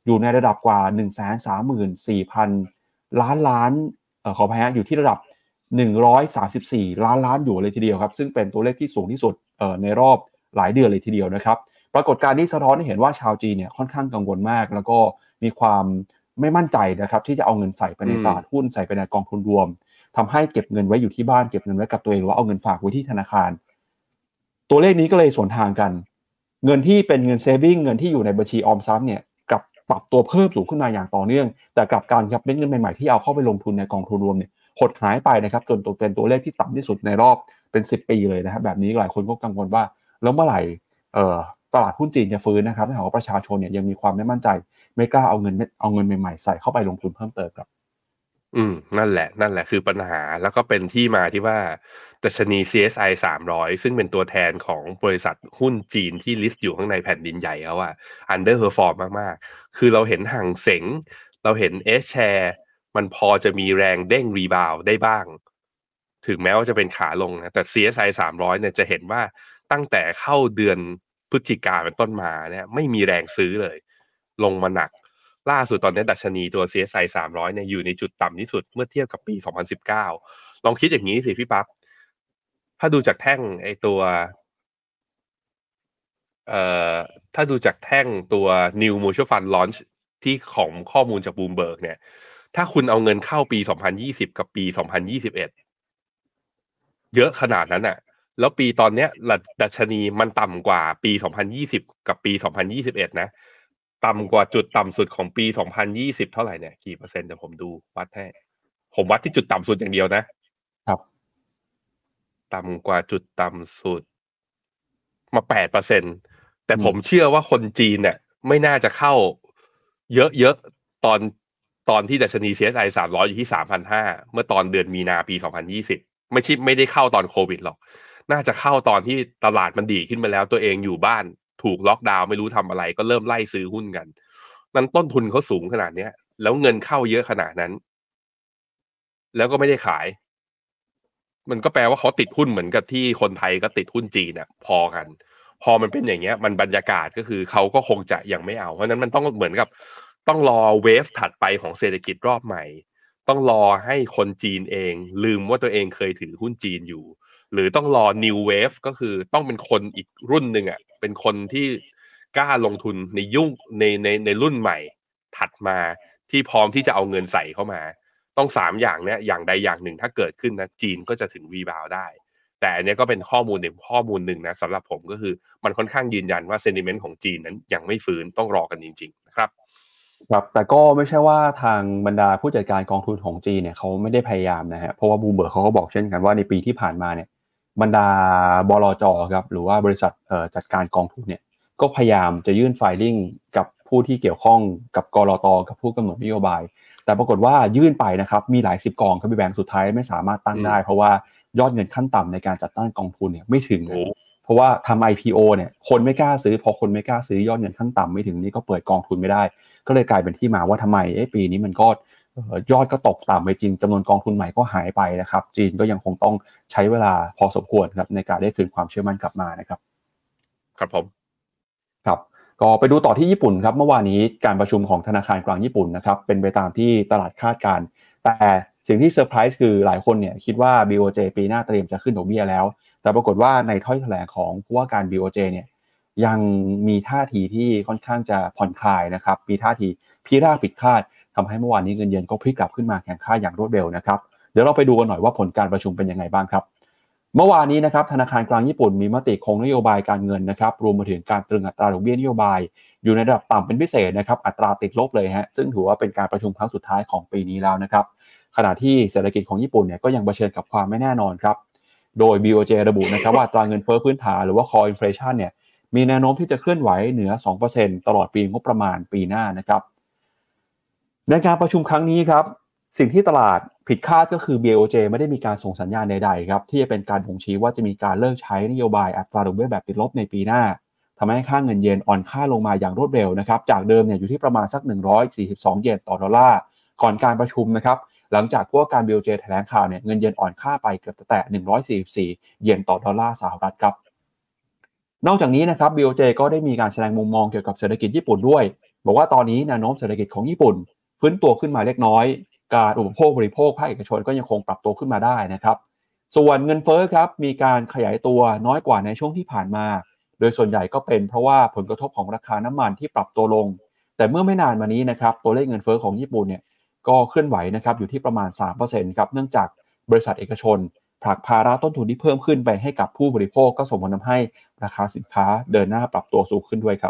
อยู่ในระดับกว่า หนึ่งแสนสามหมื่นสี่พัน ล้านล้านเอ่อขออภัยฮะอยู่ที่ระดับหนึ่งร้อยสามสิบสี่ล้านล้านอยู่เลยทีเดียวครับซึ่งเป็นตัวเลขที่สูงที่สุดเอ่อในรอบหลายเดือนเลยทีเดียวนะครับปรากฏการณ์นี้สะท้อนให้เห็นว่าชาวจีนเนี่ยค่อนข้างกังวลมากแล้วก็มีความไม่มั่นใจนะครับที่จะเอาเงินใส่ไปในตลาดหุ้นใส่ไปในกองทุนรวมทำให้เก็บเงินไว้อยู่ที่บ้านเก็บเงินไว้กับตัวเองหรือว่าเอาเงินฝากไว้ที่ธนาคารตัวเลขนี้ก็เลยสวนทางกันเงินที่เป็นเงินเซฟวิ่งเงินที่อยู่ในบัญชีออมทรัพย์เนี่ยกลับปรับตัวเพิ่มสูงขึ้นมาอย่างต่อเนื่องแต่กลับการครับเม็ดเงินใหม่ๆที่เอาเข้าไปลงทุนในกองทุนรวมเนี่ยหดหายไปนะครับจนตัวเป็นตัวเลขที่ต่ำที่สุดในรอบเป็นสิบปีเลยนะครับแบบนี้หลายคนก็กังวลว่าแล้วเมื่อไหร่เอ่อตลาดหุ้นจีนจะฟื้นนะครับถ้าหากว่าประชาชนเนี่ยยังมีความไม่มั่นใจไม่กล้าเอาเงินเอาเงินใหม่ๆใส่เข้าไปลงทุนเพิ่มเติมครับอืมนั่นแหละนั่นแหละคือปัญหาแล้วก็เป็นที่มาที่ว่าดัชนี ซี เอส ไอ สามร้อยซึ่งเป็นตัวแทนของบริษัทหุ้นจีนที่ลิสต์อยู่ข้างในแผ่นดินใหญ่เขาอะ underperform มากๆคือเราเห็นห่างเส็งเราเห็น S-share มันพอจะมีแรงเด้งรีบาวด์ได้บ้างถึงแม้ว่าจะเป็นขาลงนะแต่ ซี เอส ไอ สามร้อยเนี่ยจะเห็นว่าตั้งแต่เข้าเดือนพฤศจิกายนเป็นต้นมาเนี่ยไม่มีแรงซื้อเลยลงมาหนักล่าสุดตอนนี้ดัชนีตัว ซี เอส ไอ สามร้อยเนี่ยอยู่ในจุดต่ำที่สุดเมื่อเทียบกับปีสองพันสิบเก้าลองคิดอย่างนี้สิพี่ปั๊บถ้าดูจากแท่งไอตัวเอ่อถ้าดูจากแท่งตัว New Mutual Fund Launch ที่ของข้อมูลจาก Bloomberg เนี่ยถ้าคุณเอาเงินเข้าปีสองพันยี่สิบกับปีสองพันยี่สิบเอ็ดเยอะขนาดนั้นน่ะแล้วปีตอนเนี้ยดัชนีมันต่ำกว่าปีสองพันยี่สิบกับปีสองพันยี่สิบเอ็ดนะต่ำกว่าจุดต่ำสุดของปีสองพันยี่สิบเท่าไหร่เนี่ยกี่เปอร์เซ็นต์เดี๋ยวผมดูวัดให้ผมวัดที่จุดต่ำสุดอย่างเดียวนะครับต่ำกว่าจุดต่ำสุดมา แปดเปอร์เซ็นต์ แต่ผมเชื่อว่าคนจีนเนี่ยไม่น่าจะเข้าเยอะๆตอนตอนที่ดัชนี ซี เอส ไอ สามร้อยอยู่ที่ สามพันห้าร้อย เมื่อตอนเดือนมีนาปีสองพันยี่สิบไม่ใช่ไม่ได้เข้าตอนโควิดหรอกน่าจะเข้าตอนที่ตลาดมันดีขึ้นมาแล้วตัวเองอยู่บ้านถูกล็อกดาวน์ไม่รู้ทำอะไรก็เริ่มไล่ซื้อหุ้นกันนั้นต้นทุนเขาสูงขนาดเนี้ยแล้วเงินเข้าเยอะขนาดนั้นแล้วก็ไม่ได้ขายมันก็แปลว่าเขาติดหุ้นเหมือนกับที่คนไทยก็ติดหุ้นจีนน่ะพอกันพอมันเป็นอย่างเงี้ยมันบรรยากาศก็คือเขาก็คงจะยังไม่เอาเพราะนั้นมันต้องเหมือนกับต้องรอเวฟถัดไปของเศรษฐกิจรอบใหม่ต้องรอให้คนจีนเองลืมว่าตัวเองเคยถือหุ้นจีนอยู่หรือต้องรอ new wave ก็คือต้องเป็นคนอีกรุ่นหนึ่งอ่ะเป็นคนที่กล้าลงทุนในยุ่งในในในรุ่นใหม่ถัดมาที่พร้อมที่จะเอาเงินใส่เข้ามาต้องสามอย่างเนี้ยอย่างใดอย่างหนึ่งถ้าเกิดขึ้นนะจีนก็จะถึงรีบาวด์ได้แต่อันนี้ก็เป็นข้อมูลหนึ่งข้อมูลหนึ่งนะสำหรับผมก็คือมันค่อนข้างยืนยันว่าเซนิเมนต์ของจีนนั้นยังไม่ฟื้นต้องรอกันจริงๆนะครับครับแต่ก็ไม่ใช่ว่าทางบรรดาผู้จัดการกองทุนของจีนเนี่ยเขาไม่ได้พยายามนะฮะเพราะว่าบูมเบิร์กเขาก็บอกเช่นกันว่าในปีที่ผ่านมาเนี่ยบรรดาบลจ.ครับหรือว่าบริษัทเอ่อจัดการกองทุนเนี่ยก็พยายามจะยื่นไฟลิ่งกับผู้ที่เกี่ยวข้องกับกลต.กับผู้กำหนดนโยบายแต่ปรากฏว่ายื่นไปนะครับมีหลายสิบกองครับพี่แบงค์สุดท้ายไม่สามารถตั้งได้เพราะว่ายอดเงินขั้นต่ำในการจัดตั้งกองทุนเนี่ยไม่ถึงนะเพราะว่าทำ ไอ พี โอ เนี่ยคนไม่กล้าซื้อพอคนไม่กล้าซื้อยอดเงินขั้นต่ำไม่ถึงนี่ก็เปิดกองทุนไม่ได้ก็เลยกลายเป็นที่มาว่าทำไมเอ๊ะปีนี้มันก็ยอดก็ตกต่ำไปจริงจำนวนกองทุนใหม่ก็หายไปนะครับจีนก็ยังคงต้องใช้เวลาพอสมควรครับในการได้คืนความเชื่อมั่นกลับมานะครับครับผมครับก็ไปดูต่อที่ญี่ปุ่นครับเมื่อวานนี้การประชุมของธนาคารกลางญี่ปุ่นนะครับเป็นไปตามที่ตลาดคาดการณ์แต่สิ่งที่เซอร์ไพรส์คือหลายคนเนี่ยคิดว่า บี โอ เจ ปีหน้าเตรียมจะขึ้นดอกเบี้ยแล้วแต่ปรากฏว่าในถ้อยแถลงของผู้ว่าการ บี โอ เจ เนี่ยยังมีท่าทีที่ค่อนข้างจะผ่อนคลายนะครับมีท่าทีพิราบผิดคาดทำให้เมื่อวานนี้เงินเยนก็พลิกกลับขึ้นมาแข่งค่าอย่างรวดเร็วนะครับเดี๋ยวเราไปดูกันหน่อยว่าผลการประชุมเป็นยังไงบ้างครับเมื่อวานนี้นะครับธนาคารกลางญี่ปุ่นมีมติคงนโยบายการเงินนะครับรวมไปถึงการตรึงอัตราดอกเบี้ยนโยบายอยู่ในระดับต่ำเป็นพิเศษนะครับอัตราติดลบเลยฮะซึ่งถือว่าเป็นการประชุมครั้งสุดท้ายของปีนี้แล้วนะครับขณะที่เศรษฐกิจของญี่ปุ่นเนี่ยก็ยังเผชิญกับความไม่แน่นอนครับโดย บี โอ เจ ระบุนะครับว่าอัตราเงินเฟ้อพื้นฐานหรือว่า core inflation เนี่ยมีแนวโน้มที่จะเคลื่อนไหวเหนือ สองเปอร์เซ็นต์ ตลอดปีงบประมาณปีหน้านะครับในการประชุมครั้งนี้ครับสิ่งที่ตลาดผิดคาดก็คือ บี โอ เจ ไม่ได้มีการส่งสัญญาณใดๆครับที่จะเป็นการบ่งชี้ว่าจะมีการเลิกใช้นโยบายอัตราดอกเบี้ยแบบติดลบในปีหน้าทำให้ค่าเงินเยนอ่อนค่าลงมาอย่างรวดเร็วนะครับจากเดิมเนี่ยอยู่ที่ประมาณสักหนึ่งร้อยสี่สิบสองเยนต่อดอลลาร์ก่อนการประชุมนะครับหลังจากผู้ว่าการ บี โอ เจ แถลงข่าวเนี่ยเงินเยนอ่อนค่าไปเกือบจะแตะหนึ่งร้อยสี่สิบสี่เยนต่อดอลลาร์สหรัฐครับนอกจากนี้นะครับ บี โอ เจ ก็ได้มีการแสดงมุมมองเกี่ยวกับเศรษฐกิจญี่ปุ่นด้วยบอกว่าตอนนี้แนวโน้มเศรษฐกิจของญี่ปุ่นฟื้นตัวขึ้นมาเล็กน้อยการอุปโภคบริโภคภาคเอกชนก็ยังคงปรับตัวขึ้นมาได้นะครับส่วนเงินเฟ้อครับมีการขยายตัวน้อยกว่าในช่วงที่ผ่านมาโดยส่วนใหญ่ก็เป็นเพราะว่าผลกระทบของราคาน้ำมันที่ปรับตัวลงแต่เมื่อไม่นานมานี้นะครับตัวเลขเงินเฟ้อของญี่ปุ่นเนี่ยก็เคลื่อนไหวนะครับอยู่ที่ประมาณ สามเปอร์เซ็นต์ ครับเนื่องจากบริษัทเอกชนผลักภาระต้นทุนที่เพิ่มขึ้นไปให้กับผู้บริโภคก็ส่งผลทำให้ราคาสินค้าเดินหน้าปรับตัวสูงขึ้นด้วยครับ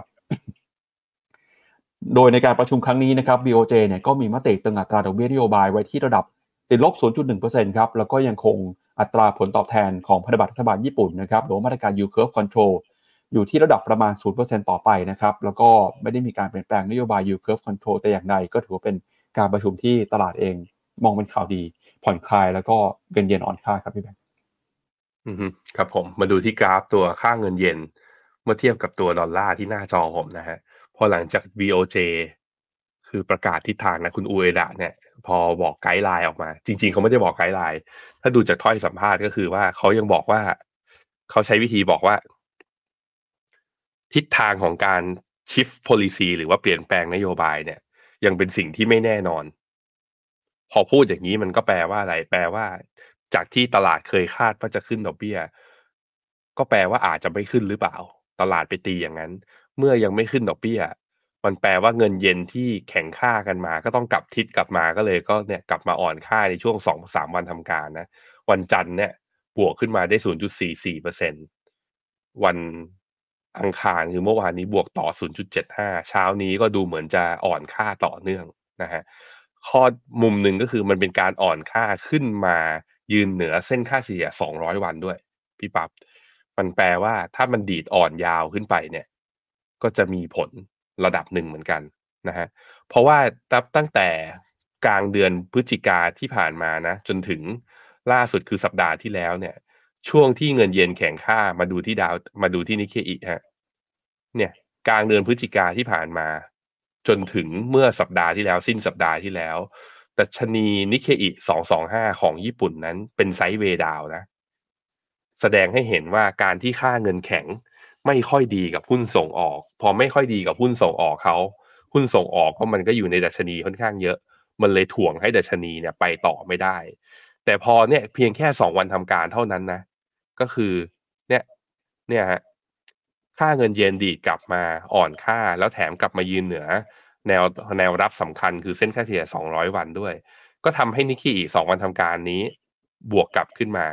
โดยในการประชุมครั้งนี้นะครับ บี โอ เจ เนี่ยก็มีมติตึงอัตราดอกเบี้ยนโยบายไว้ที่ระดับติดลบ ศูนย์จุดหนึ่งเปอร์เซ็นต์ ครับแล้วก็ยังคงอัตราผลตอบแทนของพันธบัตรรัฐบาลญี่ปุ่นนะครับหรือมาตรการ Yield Curve Control อยู่ที่ระดับประมาณ ศูนย์เปอร์เซ็นต์ ต่อไปนะครับแล้วก็ไม่ได้มีการเปลี่ยนแปลงนโยบาย Yield Curve Control แต่อย่างใดก็ถือว่าเป็นการประชุมที่ตลาดเองมองเป็นข่าวดีผ่อนคลายแล้วก็เงินเยนอ่อนค่าครับพี่แบงค์อือฮึครับผมมาดูที่กราฟตัวค่าเงินเยนเมื่อเทียบกับตัวดอลลาร์ที่หน้าจอผมนะฮะพอหลังจาก บี โอ เจ คือประกาศทิศทางนะคุณอูเอดะเนี่ยพอบอกไกด์ไลน์ออกมาจริงๆเขาไม่ได้บอกไกด์ไลน์ถ้าดูจากถ้อยสัมภาษณ์ก็คือว่าเขายังบอกว่าเขาใช้วิธีบอกว่าทิศทางของการ shift policy หรือว่าเปลี่ยนแปลงนโยบายเนี่ยยังเป็นสิ่งที่ไม่แน่นอนพอพูดอย่างนี้มันก็แปลว่าอะไรแปลว่าจากที่ตลาดเคยคาดว่าจะขึ้นดอกเบี้ยก็แปลว่าอาจจะไม่ขึ้นหรือเปล่าตลาดไปตีอย่างนั้นเมื่อยังไม่ขึ้นดอกเบี้ยมันแปลว่าเงินเยนที่แข็งค่ากันมาก็ต้องกลับทิศกลับมาก็เลยก็เนี่ยกลับมาอ่อนค่าในช่วง สองถึงสาม วันทำการนะวันจันทร์เนี่ยบวกขึ้นมาได้ ศูนย์จุดสี่สี่เปอร์เซ็นต์ วันอังคารคือเมื่อวานนี้บวกต่อ ศูนย์จุดเจ็ดห้า เช้านี้ก็ดูเหมือนจะอ่อนค่าต่อเนื่องนะฮะข้อมุมหนึ่งก็คือมันเป็นการอ่อนค่าขึ้นมายืนเหนือเส้นค่าเฉลี่ยสองร้อยวันด้วยพี่ปั๊บมันแปลว่าถ้ามันดีดอ่อนยาวขึ้นไปเนี่ยก็จะมีผลระดับหนึ่งเหมือนกันนะฮะเพราะว่าตั้งแต่กลางเดือนพฤศจิกาที่ผ่านมานะจนถึงล่าสุดคือสัปดาห์ที่แล้วเนี่ยช่วงที่เงินเยนแข็งค่ามาดูที่ดาวมาดูที่นิเคอิฮะเนี่ยกลางเดือนพฤศจิกาที่ผ่านมาจนถึงเมื่อสัปดาห์ที่แล้วสิ้นสัปดาห์ที่แล้วดัชนีนิเคอิสองสองห้าของญี่ปุ่นนั้นเป็นไซด์เวย์ดาวน์นะแสดงให้เห็นว่าการที่ค่าเงินแข็งไม่ค่อยดีกับหุ้นส่งออกพอไม่ค่อยดีกับหุ้นส่งออกเขาหุ้นส่งออกก็มันก็อยู่ในดัชนีค่อนข้างเยอะมันเลยถ่วงให้ดัชนีเนี่ยไปต่อไม่ได้แต่พอเนี่ยเพียงแค่สองวันทำการเท่านั้นนะก็คือเนี่ยเนี่ยฮะค่าเงินเยนดีดกลับมาอ่อนค่าแล้วแถมกลับมายืนเหนือแนวแนวรับสำคัญคือเส้นค่าเฉลี่ยสองร้อยวันด้วยก็ทำให้นิกเกอิสองวันทำการนี้บวกกลับขึ้นมา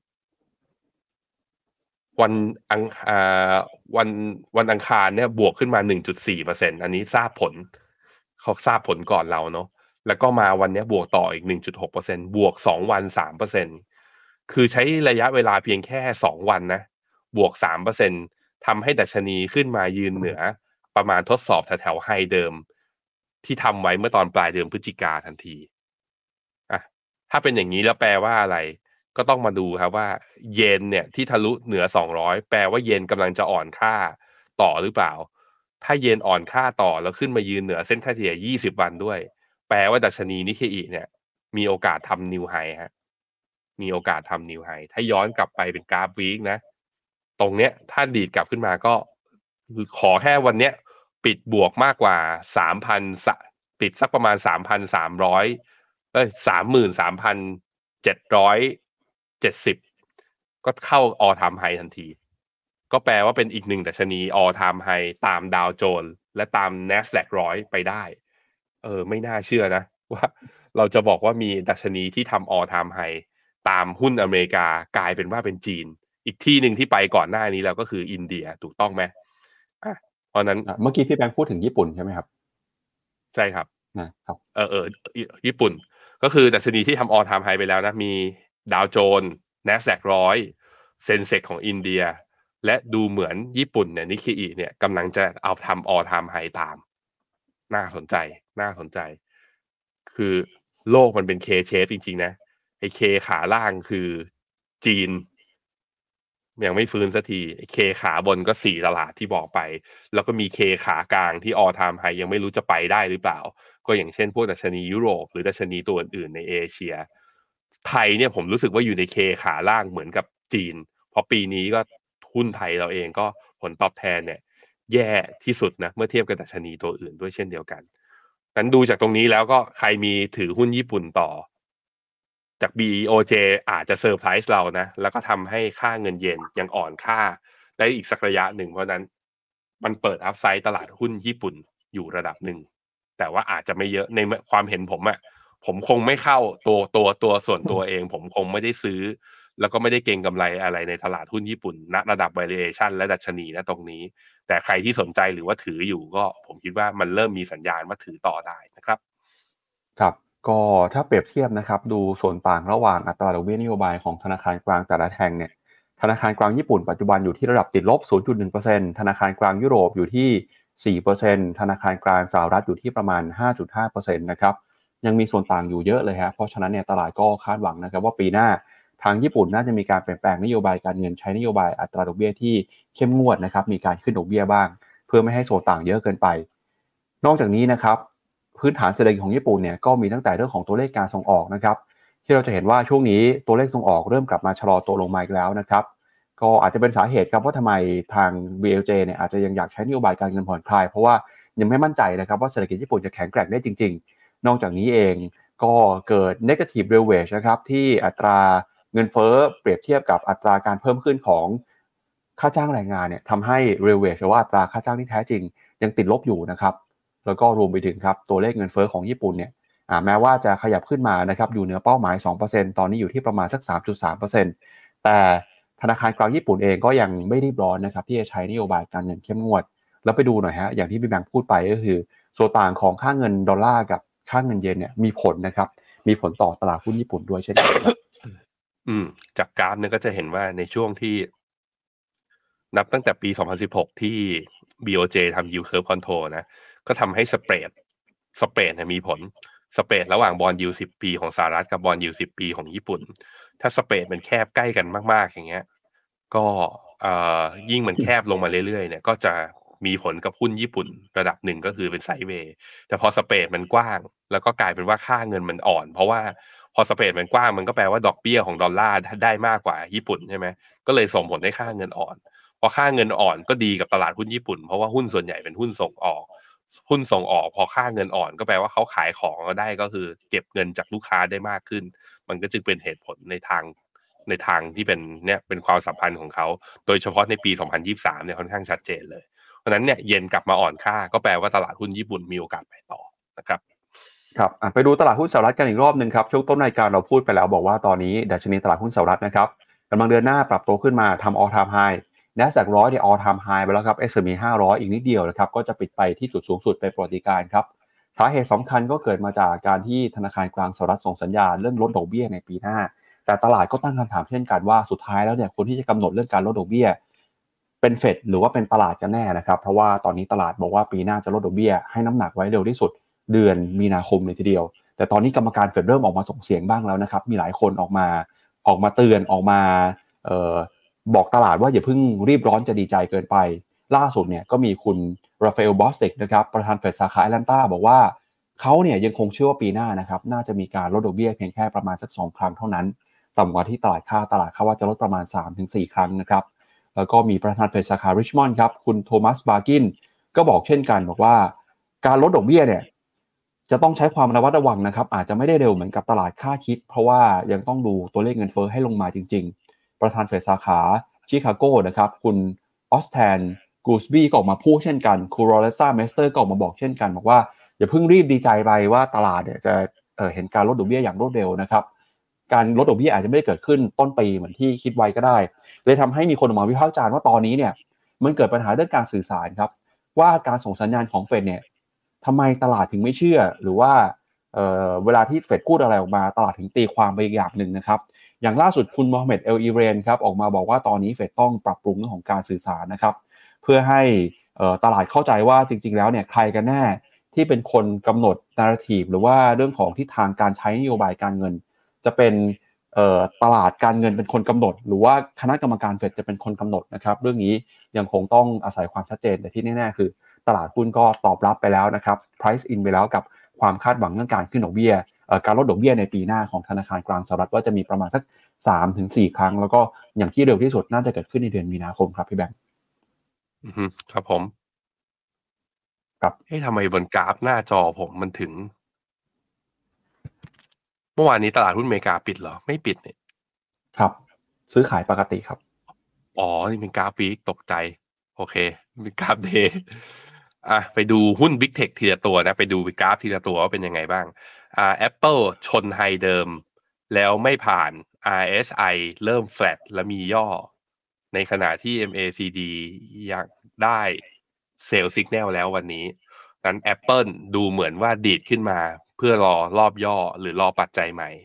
วันอังอ่าวันวันอังคารเนี่ยบวกขึ้นมา หนึ่งจุดสี่เปอร์เซ็นต์ อันนี้ทราบผลเขาทราบผลก่อนเราเนาะแล้วก็มาวันนี้บวกต่ออีก หนึ่งจุดหกเปอร์เซ็นต์ บวกสองวัน สามเปอร์เซ็นต์ คือใช้ระยะเวลาเพียงแค่สองวันนะบวก สามเปอร์เซ็นต์ ทำให้ดัชนีขึ้นมายืนเหนือประมาณทดสอบแถวๆไฮเดิมที่ทำไว้เมื่อตอนปลายเดือนพฤศจิกาทันทีอ่ะถ้าเป็นอย่างนี้แล้วแปลว่าอะไรก็ต้องมาดูครับว่าเยนเนี่ยที่ทะลุเหนือสองร้อยแปลว่าเยนกำลังจะอ่อนค่าต่อหรือเปล่าถ้าเยนอ่อนค่าต่อแล้วขึ้นมายืนเหนือเส้นค่าเฉลี่ยยี่สิบวันด้วยแปลว่าดัชนีนิเคอิเนี่ยมีโอกาสทำนิวไฮฮะมีโอกาสทำนิวไฮถ้าย้อนกลับไปเป็นกราฟวีคนะตรงเนี้ยถ้าดีดกลับขึ้นมาก็ขอแค่วันเนี้ยปิดบวกมากกว่า สามพัน ปิดสักประมาณ สามพันสามร้อย เอ้ย สามหมื่นสามพันเจ็ดร้อยเจ็ดสิบ ก็เข้า all time high ทันทีก็แปลว่าเป็นอีกหนึ่งดัชนี all time high ตามดาวโจนส์และตาม NASDAQ หนึ่งร้อยไปได้เออไม่น่าเชื่อนะว่าเราจะบอกว่ามีดัชนีที่ทำ all time high ตามหุ้นอเมริกากลายเป็นว่าเป็นจีนอีกที่หนึ่งที่ไปก่อนหน้านี้แล้วก็คืออินเดียถูกต้องไหมอ่ะเพราะนั้นเมื่อกี้พี่แบงค์พูดถึงญี่ปุ่นใช่ไหมครับใช่ครับนะครับเออเออญี่ปุ่นก็คือดัชนีที่ทำ all time high ไปแล้วนะมีดาวโจนส์ NASDAQ หนึ่งร้อยเซนเซกของอินเดียและดูเหมือนญี่ปุ่นเนี่ยนิเคอิเนี่ยกำลังจะเอาทำ all time high ตามน่าสนใจน่าสนใจคือโลกมันเป็น K shape จริงๆนะไอ้ K ขาล่างคือจีนยังไม่ฟื้นสักทีเคขาบนก็สี่ตลาดที่บอกไปแล้วก็มีเคขากลางที่ all time high ยังไม่รู้จะไปได้หรือเปล่าก็อย่างเช่นพวกดัชนียุโรปหรือดัชนีตัวอื่นๆในเอเชียไทยเนี่ยผมรู้สึกว่าอยู่ในเคขาล่างเหมือนกับจีนเพราะปีนี้ก็หุ้นไทยเราเองก็ผลตอบแทนเนี่ยแย่ที่สุดนะเมื่อเทียบกับดัชนีตัวอื่นด้วยเช่นเดียวกันนั้นดูจากตรงนี้แล้วก็ใครมีถือหุ้นญี่ปุ่นต่อจาก บี อี โอ เจ อาจจะเซอร์ไพรส์เรานะแล้วก็ทำให้ค่าเงินเยนยังอ่อนค่าได้อีกสักระยะหนึ่งเพราะนั้นมันเปิดอัพไซด์ตลาดหุ้นญี่ปุ่นอยู่ระดับหนึ่งแต่ว่าอาจจะไม่เยอะในความเห็นผมอะผมคงไม่เข้าตัวตัวตัวส่วนตัวเองผมคงไม่ได้ซื้อแล้วก็ไม่ได้เก็งกำไรอะไรในตลาดหุ้นญี่ปุ่นณระดับ valuation และดัชนีณตรงนี้แต่ใครที่สนใจหรือว่าถืออยู่ก็ผมคิดว่ามันเริ่มมีสัญญาณว่าถือต่อได้นะครับครับก็ถ้าเปรียบเทียบนะครับดูส่วนต่างระหว่างอัตราดอกเบี้ยนโยบายของธนาคารกลางแต่ละแห่งเนี่ยธนาคารกลางญี่ปุ่นปัจจุบันอยู่ที่ระดับติดลบ ศูนย์จุดหนึ่งเปอร์เซ็นต์ ธนาคารกลางยุโรปอยู่ที่ สี่เปอร์เซ็นต์ ธนาคารกลางสหรัฐอยู่ที่ประมาณ ห้าจุดห้าเปอร์เซ็นต์ นะครับยังมีส่วนต่างอยู่เยอะเลยฮะเพราะฉะนั้นเนี่ยตลาดก็คาดหวังนะครับว่าปีหน้าทางญี่ปุ่นน่าจะมีการเปลี่ยนแปลงนโยบายการเงินใช้นโยบายอัตราดอกเบี้ยที่เข้มงวดนะครับมีการขึ้นดอกเบี้ยบ้างเพื่อไม่ให้ส่วนต่างเยอะเกินไปนอกจากนี้นะครับพื้นฐานเศรษฐกิจของญี่ปุ่นเนี่ยก็มีตั้งแต่เรื่องของตัวเลขการส่งออกนะครับที่เราจะเห็นว่าช่วงนี้ตัวเลขส่งออกเริ่มกลับมาชะลอตัวลงมาอีกแล้วนะครับก็อาจจะเป็นสาเหตุครับว่าทำไมทาง บี แอล เจ เนี่ยอาจจะยังอยากใช้นโยบายการเงินผ่อนคลายเพราะว่ายังไม่มั่นใจนะครับว่าเศรษฐกิจญี่ปุ่นจะแข็งแกร่งได้จริงๆนอกจากนี้เองก็เกิด negative real wage นะครับที่อัตราเงินเฟ้อเปรียบเทียบกับอัตราการเพิ่มขึ้นของค่าจ้างแรงงานเนี่ยทำให้ real wage หรือว่าอัตราค่าจ้างที่แท้จริงยังติดลบอยู่นะครับแล้วก็รวมไปถึงครับตัวเลขเงินเฟ้อของญี่ปุ่นเนี่ยแม้ว่าจะขยับขึ้นมานะครับอยู่เหนือเป้าหมาย สองเปอร์เซ็นต์ ตอนนี้อยู่ที่ประมาณสัก สามจุดสามเปอร์เซ็นต์ แต่ธนาคารกลางญี่ปุ่นเองก็ยังไม่รีบร้อนนะครับที่จะใช้นโยบายการเงินเข้มงวดแล้วไปดูหน่อยฮะอย่างที่พี่แบงค์พูดไปก็คือส่วนต่างของค่าเงินดอลลาร์กับค่าเงินเยนเนี่ยมีผลนะครับมีผลต่อตลาดหุ้นญี่ปุ่นด้วยเช่นกันอืมจากกราฟเนี่ยก็จะเห็นว่าในช่วงที่นับตั้งแต่ปีสองพันสิบหกที่ บี โอ เจ ทำ yield curve control นะก็ทำให้สเปรดสเปรดเนี่ยมีผลสเปรดระหว่างบอนด์ยิลด์สิบปีของสหรัฐกับบอนด์ยิลด์สิบปีของญี่ปุ่นถ้าสเปรดมันแคบใกล้กันมากๆอย่างเงี้ยก็เอ่อยิ่งมันแคบลงมาเรื่อยๆเนี่ยก็จะมีผลกับหุ้นญี่ปุ่นระดับหนึ่งก็คือเป็นไซด์เวย์แต่พอสเปรดมันกว้างแล้วก็กลายเป็นว่าค่าเงินมันอ่อนเพราะว่าพอสเปรดมันกว้างมันก็แปลว่าดอกเบี้ยของดอลลาร์ได้มากกว่าญี่ปุ่นใช่ไหมก็เลยส่งผลให้ค่าเงินอ่อนพอค่าเงินอ่อนก็ดีกับตลาดหุ้นญี่ปุ่นเพราะว่าหุ้นส่วนใหญ่เป็นหุ้นส่งออกหุ้นส่งออกพอค่าเงินอ่อนก็แปลว่าเขาขายของได้ก็คือเก็บเงินจากลูกค้าได้มากขึ้นมันก็จึงเป็นเหตุผลในทางในทางที่เป็นเนี่ยเป็นความสัมพันธ์ของเขาโดยเฉพาะในปีสองพันยี่สิบสามเนี่ยค่อนข้างชัดเจนเลยเพราะนั้นเนี่ยเยนกลับมาอ่อนค่าก็แปลว่าตลาดหุ้นญี่ปุ่นมีโอกาสไปต่อนะครับครับไปดูตลาดหุ้นสหรัฐกันอีกรอบนึงครับช่วงต้นรายการเราพูดไปแล้วบอกว่าตอนนี้ดัชนีตลาดหุ้นสหรัฐนะครับกำลังเดินหน้าปรับตัวขึ้นมาทำ all time high NASDAQ หนึ่งร้อยเนี่ย all time high ไปแล้วครับ เอส แอนด์ พี ห้าร้อยอีกนิดเดียวนะครับก็จะปิดไปที่จุดสูงสุดเป็นประวัติการณ์ครับสาเหตุสำคัญก็เกิดมาจากการที่ธนาคารกลางสหรัฐส่งสัญญาณเรื่องลดดอกเบี้ยในปีหน้าแต่ตลาดก็ตั้งคำถามเช่นกันว่าสุดท้ายแล้วเนี่ยคนที่จะกำหนดเรื่องการลดดอกเบี้ยเป็นเฟดหรือว่าเป็นตลาดกันแน่นะครับเพราะว่าตอนนี้ตลาดบอกว่าปีหน้าจะลดดอกเบี้ยให้น้ำหนักไว้เร็วที่สุดเดือนมีนาคมเลยทีเดียวแต่ตอนนี้กรรมการเฟดเริ่มออกมาส่งเสียงบ้างแล้วนะครับมีหลายคนออกมาออกมาเตือนออกมาเอ่อบอกตลาดว่าอย่าเพิ่งรีบร้อนจะดีใจเกินไปล่าสุดเนี่ยก็มีคุณราฟาเอลบอสติกนะครับประธานเฟดสาขาแอตแลนตาบอกว่าเขาเนี่ยยังคงเชื่อว่าปีหน้านะครับน่าจะมีการลดดอกเบี้ยเพียงแค่ประมาณสักสองครั้งเท่านั้นต่ำกว่าที่ตลาดคาดตลาดคาดว่าจะลดประมาณ สามถึงสี่ ครั้งนะครับแล้วก็มีประธานเฟดสาขาริชมอนด์ครับคุณโทมัสบาร์กินก็บอกเช่นกันบอกว่าการลดดอกเบี้ยเนี่ยจะต้องใช้ความระมัดระวังนะครับอาจจะไม่ได้เร็วเหมือนกับตลาดคาดคิดเพราะว่ายังต้องดูตัวเลขเงินเฟ้อให้ลงมาจริงๆประธานเฟดสาขาชิคาโกนะครับคุณออสแทนกูสบี้ก็ออกมาพูดเช่นกันคูโรเลซ่าเมสเตอร์ก็ออกมาบอกเช่นกันบอกว่าอย่าเพิ่งรีบดีใจไปว่าตลาดเนี่ยจะ เอ่อ เห็นการลดดอกเบี้ยอย่างรวดเร็วนะครับการลดดอกเบี้ยอาจจะไม่ได้เกิดขึ้นต้นปีเหมือนที่คิดไว้ก็ได้เลยทำให้มีคนออกมาวิพากษ์วิจารณ์ว่าตอนนี้เนี่ยมันเกิดปัญหาเรื่องการสื่อสารครับว่าการส่งสัญญาณของเฟดเนี่ยทำไมตลาดถึงไม่เชื่อหรือว่าเอ่อเวลาที่เฟดพูดอะไรออกมาตลาดถึงตีความไปอีกอย่างหนึ่งนะครับอย่างล่าสุดคุณโมฮัมเหม็ดเอลอีเรนครับออกมาบอกว่าตอนนี้เฟดต้องปรับปรุงเรื่องของการสื่อสารนะครับเพื่อให้เอ่อตลาดเข้าใจว่าจริงๆแล้วเนี่ยใครกันแน่ที่เป็นคนกำหนด narrative หรือว่าเรื่องของทิศทางการใช้นโยบายการเงินจะเป็นเอ่อตลาดการเงินเป็นคนกำหนดหรือว่าคณะกรรมการเฟดจะเป็นคนกำหนดนะครับเรื่องนี้ยังคงต้องอาศัยความชัดเจนแต่ที่แน่ๆคือตลาดหุ้นก็ตอบรับไปแล้วนะครับ price in ไปแล้วกับความคาดหวังเรื่องการขึ้นดอกเบี้ยเอ่อการลดดอกเบี้ยในปีหน้าของธนาคารกลางสหรัฐว่าจะมีประมาณสัก สามถึงสี่ ครั้งแล้วก็อย่างที่เร็วที่สุดน่าจะเกิดขึ้นในเดือนมีนาคมครับพี่แบงค์อือฮึครับผมครับเฮ้ยทำไมบนกราฟหน้าจอผมมันถึงเมื่อวานนี้ตลาดหุ้นอเมริกาปิดเหรอไม่ปิดเนี่ยครับซื้อขายปกติครับอ๋อนี่เป็นกราฟวีคตกใจโอเคเป็นกราฟเดย์อ่ะไปดูหุ้น Big Tech ทีละตัวนะไปดูกราฟทีละตัวว่าเป็นยังไงบ้างอ่า Apple ชนไฮเดิมแล้วไม่ผ่าน อาร์ เอส ไอ เริ่ม flat และมีย่อในขณะที่ เอ็ม เอ ซี ดี ยังได้เซลล์สัญญาณแล้ววันนี้นั้น Apple ดูเหมือนว่าดีดขึ้นมาเพื่อรอรอบย่อหรือรอปัจจัยใหม่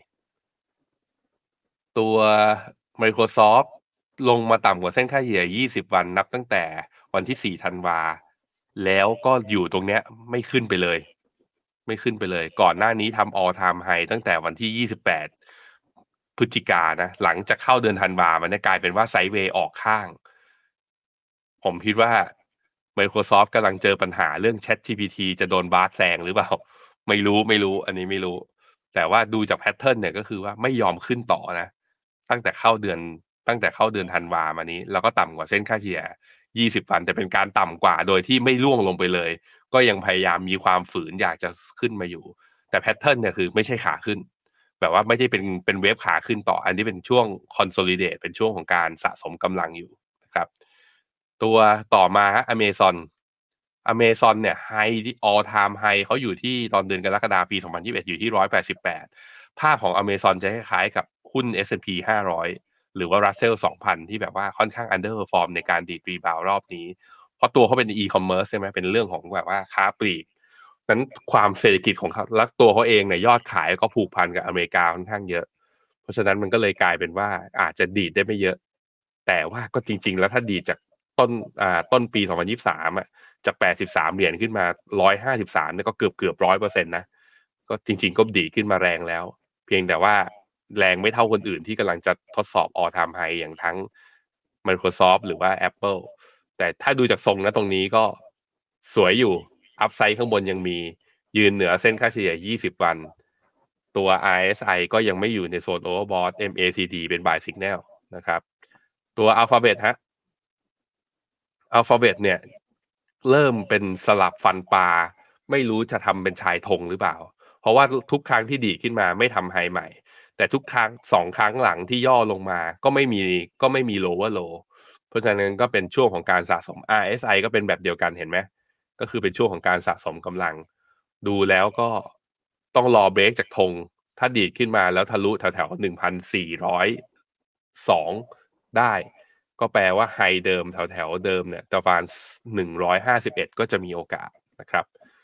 ตัว Microsoft ลงมาต่ำกว่าเส้นค่าเฉลี่ยยี่สิบวันนับตั้งแต่วันที่สี่ธันวาแล้วก็อยู่ตรงเนี้ยไม่ขึ้นไปเลยไม่ขึ้นไปเลยก่อนหน้านี้ทำ all time high ตั้งแต่วันที่ยี่สิบแปดพฤศจิกายนนะหลังจากเข้าเดือนธันวามันกลายเป็นว่าไซด์เวย์ออกข้างผมคิดว่า Microsoft กำลังเจอปัญหาเรื่อง ChatGPT จะโดนบาสแซงหรือเปล่าไม่รู้ไม่รู้อันนี้ไม่รู้แต่ว่าดูจากแพทเทิร์นเนี่ยก็คือว่าไม่ยอมขึ้นต่อนะตั้งแต่เข้าเดือนตั้งแต่เข้าเดือนธันวามานี้แล้วก็ต่ำกว่าเส้นค่าเฉลี่ยยี่สิบวันแต่เป็นการต่ำกว่าโดยที่ไม่ร่วงลงไปเลยก็ยังพยายามมีความฝืนอยากจะขึ้นมาอยู่แต่แพทเทิร์นเนี่ยคือไม่ใช่ขาขึ้นแบบว่าไม่ได้เป็นเป็นเวฟขาขึ้นต่ออันนี้เป็นช่วง consolidate เป็นช่วงของการสะสมกำลังอยู่นะครับตัวต่อมาฮะ Amazon Amazon เนี่ย high all time high เขาอยู่ที่ตอนเดือนกรกฎาคมปีสองพันยี่สิบเอ็ดอยู่ที่หนึ่งร้อยแปดสิบแปดภาพของ Amazon จะคล้ายๆกับหุ้น เอส แอนด์ พี ห้าร้อยหรือว่า Russell สองพันที่แบบว่าค่อนข้าง underperform ในการดีดรีบาวรอบนี้เพราะตัวเขาเป็น e-commerce ใช่ไหมเป็นเรื่องของแบบว่าค้าปลีกนั้นความเศรษฐกิจของเขาและตัวเขาเองเนี่ยยอดขายก็ผูกพันกับอเมริกาค่อนข้างเยอะเพราะฉะนั้นมันก็เลยกลายเป็นว่าอาจจะดีดได้ไม่เยอะแต่ว่าก็จริงๆแล้วถ้าดีดจากต้นอ่าต้นปีสองพันยี่สิบสามอ่ะจากแปดสิบสามเหรียญขึ้นมาหนึ่งร้อยห้าสิบสามเนี่ยก็เกือบเกือบ หนึ่งร้อยเปอร์เซ็นต์ นะก็จริงๆก็ดีดขึ้นมาแรงแล้วเพียงแต่ว่าแรงไม่เท่าคนอื่นที่กำลังจะทดสอบ all time high อย่างทั้ง Microsoft หรือว่า Apple แต่ถ้าดูจากทรงนะตรงนี้ก็สวยอยู่อัพไซด์ข้างบนยังมียืนเหนือเส้นค่าเฉลี่ยยี่สิบวันตัว อาร์ เอส ไอ ก็ยังไม่อยู่ในโซน overbought เอ็ม เอ ซี ดี เป็น buy signal นะครับตัว Alphabet ฮะ Alphabet เนี่ยเริ่มเป็นสลับฟันปลาไม่รู้จะทำเป็นชายธงหรือเปล่าเพราะว่าทุกครั้งที่ดีขึ้นมาไม่ทำไฮใหม่แต่ทุกครั้งสองครั้งหลังที่ย่อลงมาก็ไม่มีก็ไม่มี lower low เพราะฉะนั้นก็เป็นช่วงของการสะสม อาร์ เอส ไอ ก็เป็นแบบเดียวกันเห็นไหมก็คือเป็นช่วงของการสะสมกำลังดูแล้วก็ต้องรอเบรกจากธงถ้าดีดขึ้นมาแล้วทะลุแถวๆหนึ่งพันสี่ร้อยสองได้ก็แปลว่าไฮเดิมแถวๆเดิมเนี่ยประมาณหนึ่งร้อยห้าสิบเอ็ดก็จะมีโอกาสนะครับ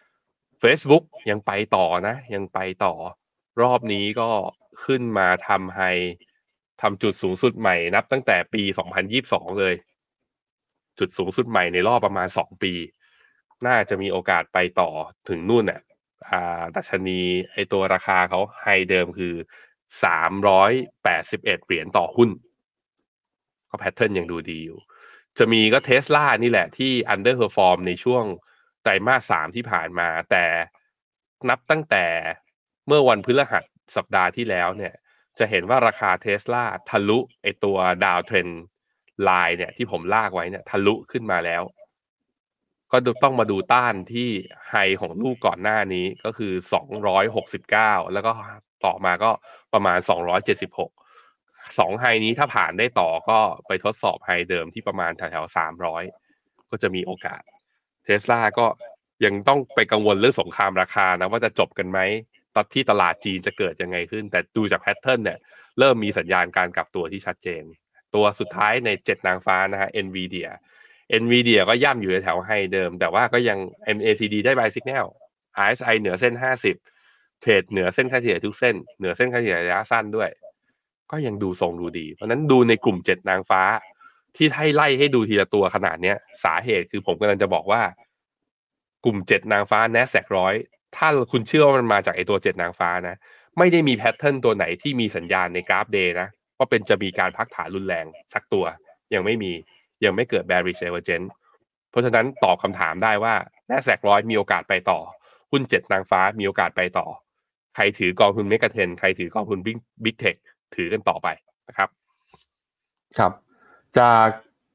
Facebook ยังไปต่อนะยังไปต่อรอบนี้ก็ขึ้นมาทำไฮทำจุดสูงสุดใหม่นับตั้งแต่ปีสองพันยี่สิบสองเลยจุดสูงสุดใหม่ในรอบประมาณสองปีน่าจะมีโอกาสไปต่อถึงนู่นน่ะอ่าดัชนีไอตัวราคาเขาไฮเดิมคือสามร้อยแปดสิบเอ็ดเหรียญต่อหุ้นก็แพทเทิร์นยังดูดีอยู่จะมีก็ Tesla นี่แหละที่ underperform ในช่วงไตรมาสสามที่ผ่านมาแต่นับตั้งแต่เมื่อวันพฤหัสสัปดาห์ที่แล้วเนี่ยจะเห็นว่าราคา Tesla ทะลุไอตัวดาวเทรนไลน์เนี่ยที่ผมลากไว้เนี่ยทะลุขึ้นมาแล้วก็ต้องมาดูต้านที่ไฮของลูกก่อนหน้านี้ก็คือสองร้อยหกสิบเก้าแล้วก็ต่อมาก็ประมาณสองร้อยเจ็ดสิบหกสองไฮนี้ถ้าผ่านได้ต่อก็ไปทดสอบไฮเดิมที่ประมาณแถวๆสามร้อยก็จะมีโอกาส Tesla ก็ยังต้องไปกังวลเรื่องสงครามราคานะว่าจะจบกันไหมตอนที่ตลาดจีนจะเกิดยังไงขึ้นแต่ดูจากแพทเทิร์นเนี่ยเริ่มมีสัญญาณการกลับตัวที่ชัดเจนตัวสุดท้ายในเจ็ดนางฟ้านะฮะ Nvidia Nvidia ก็ย่ำอยู่ในแถวไฮเดิมแต่ว่าก็ยัง เอ็ม เอ ซี ดี ได้ buy signal อาร์ เอส ไอ เหนือเส้นห้าสิบเทรดเหนือเส้นค่าเฉลี่ยทุกเส้นเหนือเส้นค่าเฉลี่ยระยะสั้นด้วยก็ยังดูทรงดูดีเพราะนั้นดูในกลุ่มเจ็ดนางฟ้าที่ให้ไล่ให้ดูทีละตัวขนาดเนี้ยสาเหตุคือผมกำลังจะบอกว่ากลุ่มเจ็ดนางฟ้า Nasdaq หนึ่งร้อยถ้าคุณเชื่อว่ามันมาจากไอตัวเจ็ดนางฟ้านะไม่ได้มีแพทเทิร์นตัวไหนที่มีสัญญาณในกราฟเดย์นะว่าเป็นจะมีการพักฐานรุนแรงสักตัวยังไม่มียังไม่เกิด bearish divergence เพราะฉะนั้นตอบคำถามได้ว่า Nasdaq หนึ่งร้อยมีโอกาสไปต่อหุ้นเจ็ดนางฟ้ามีโอกาสไปต่อใครถือกองทุนเมกะเทรนใครถือกองทุน Big Big Tech ถือกันต่อไปนะครับครับจาก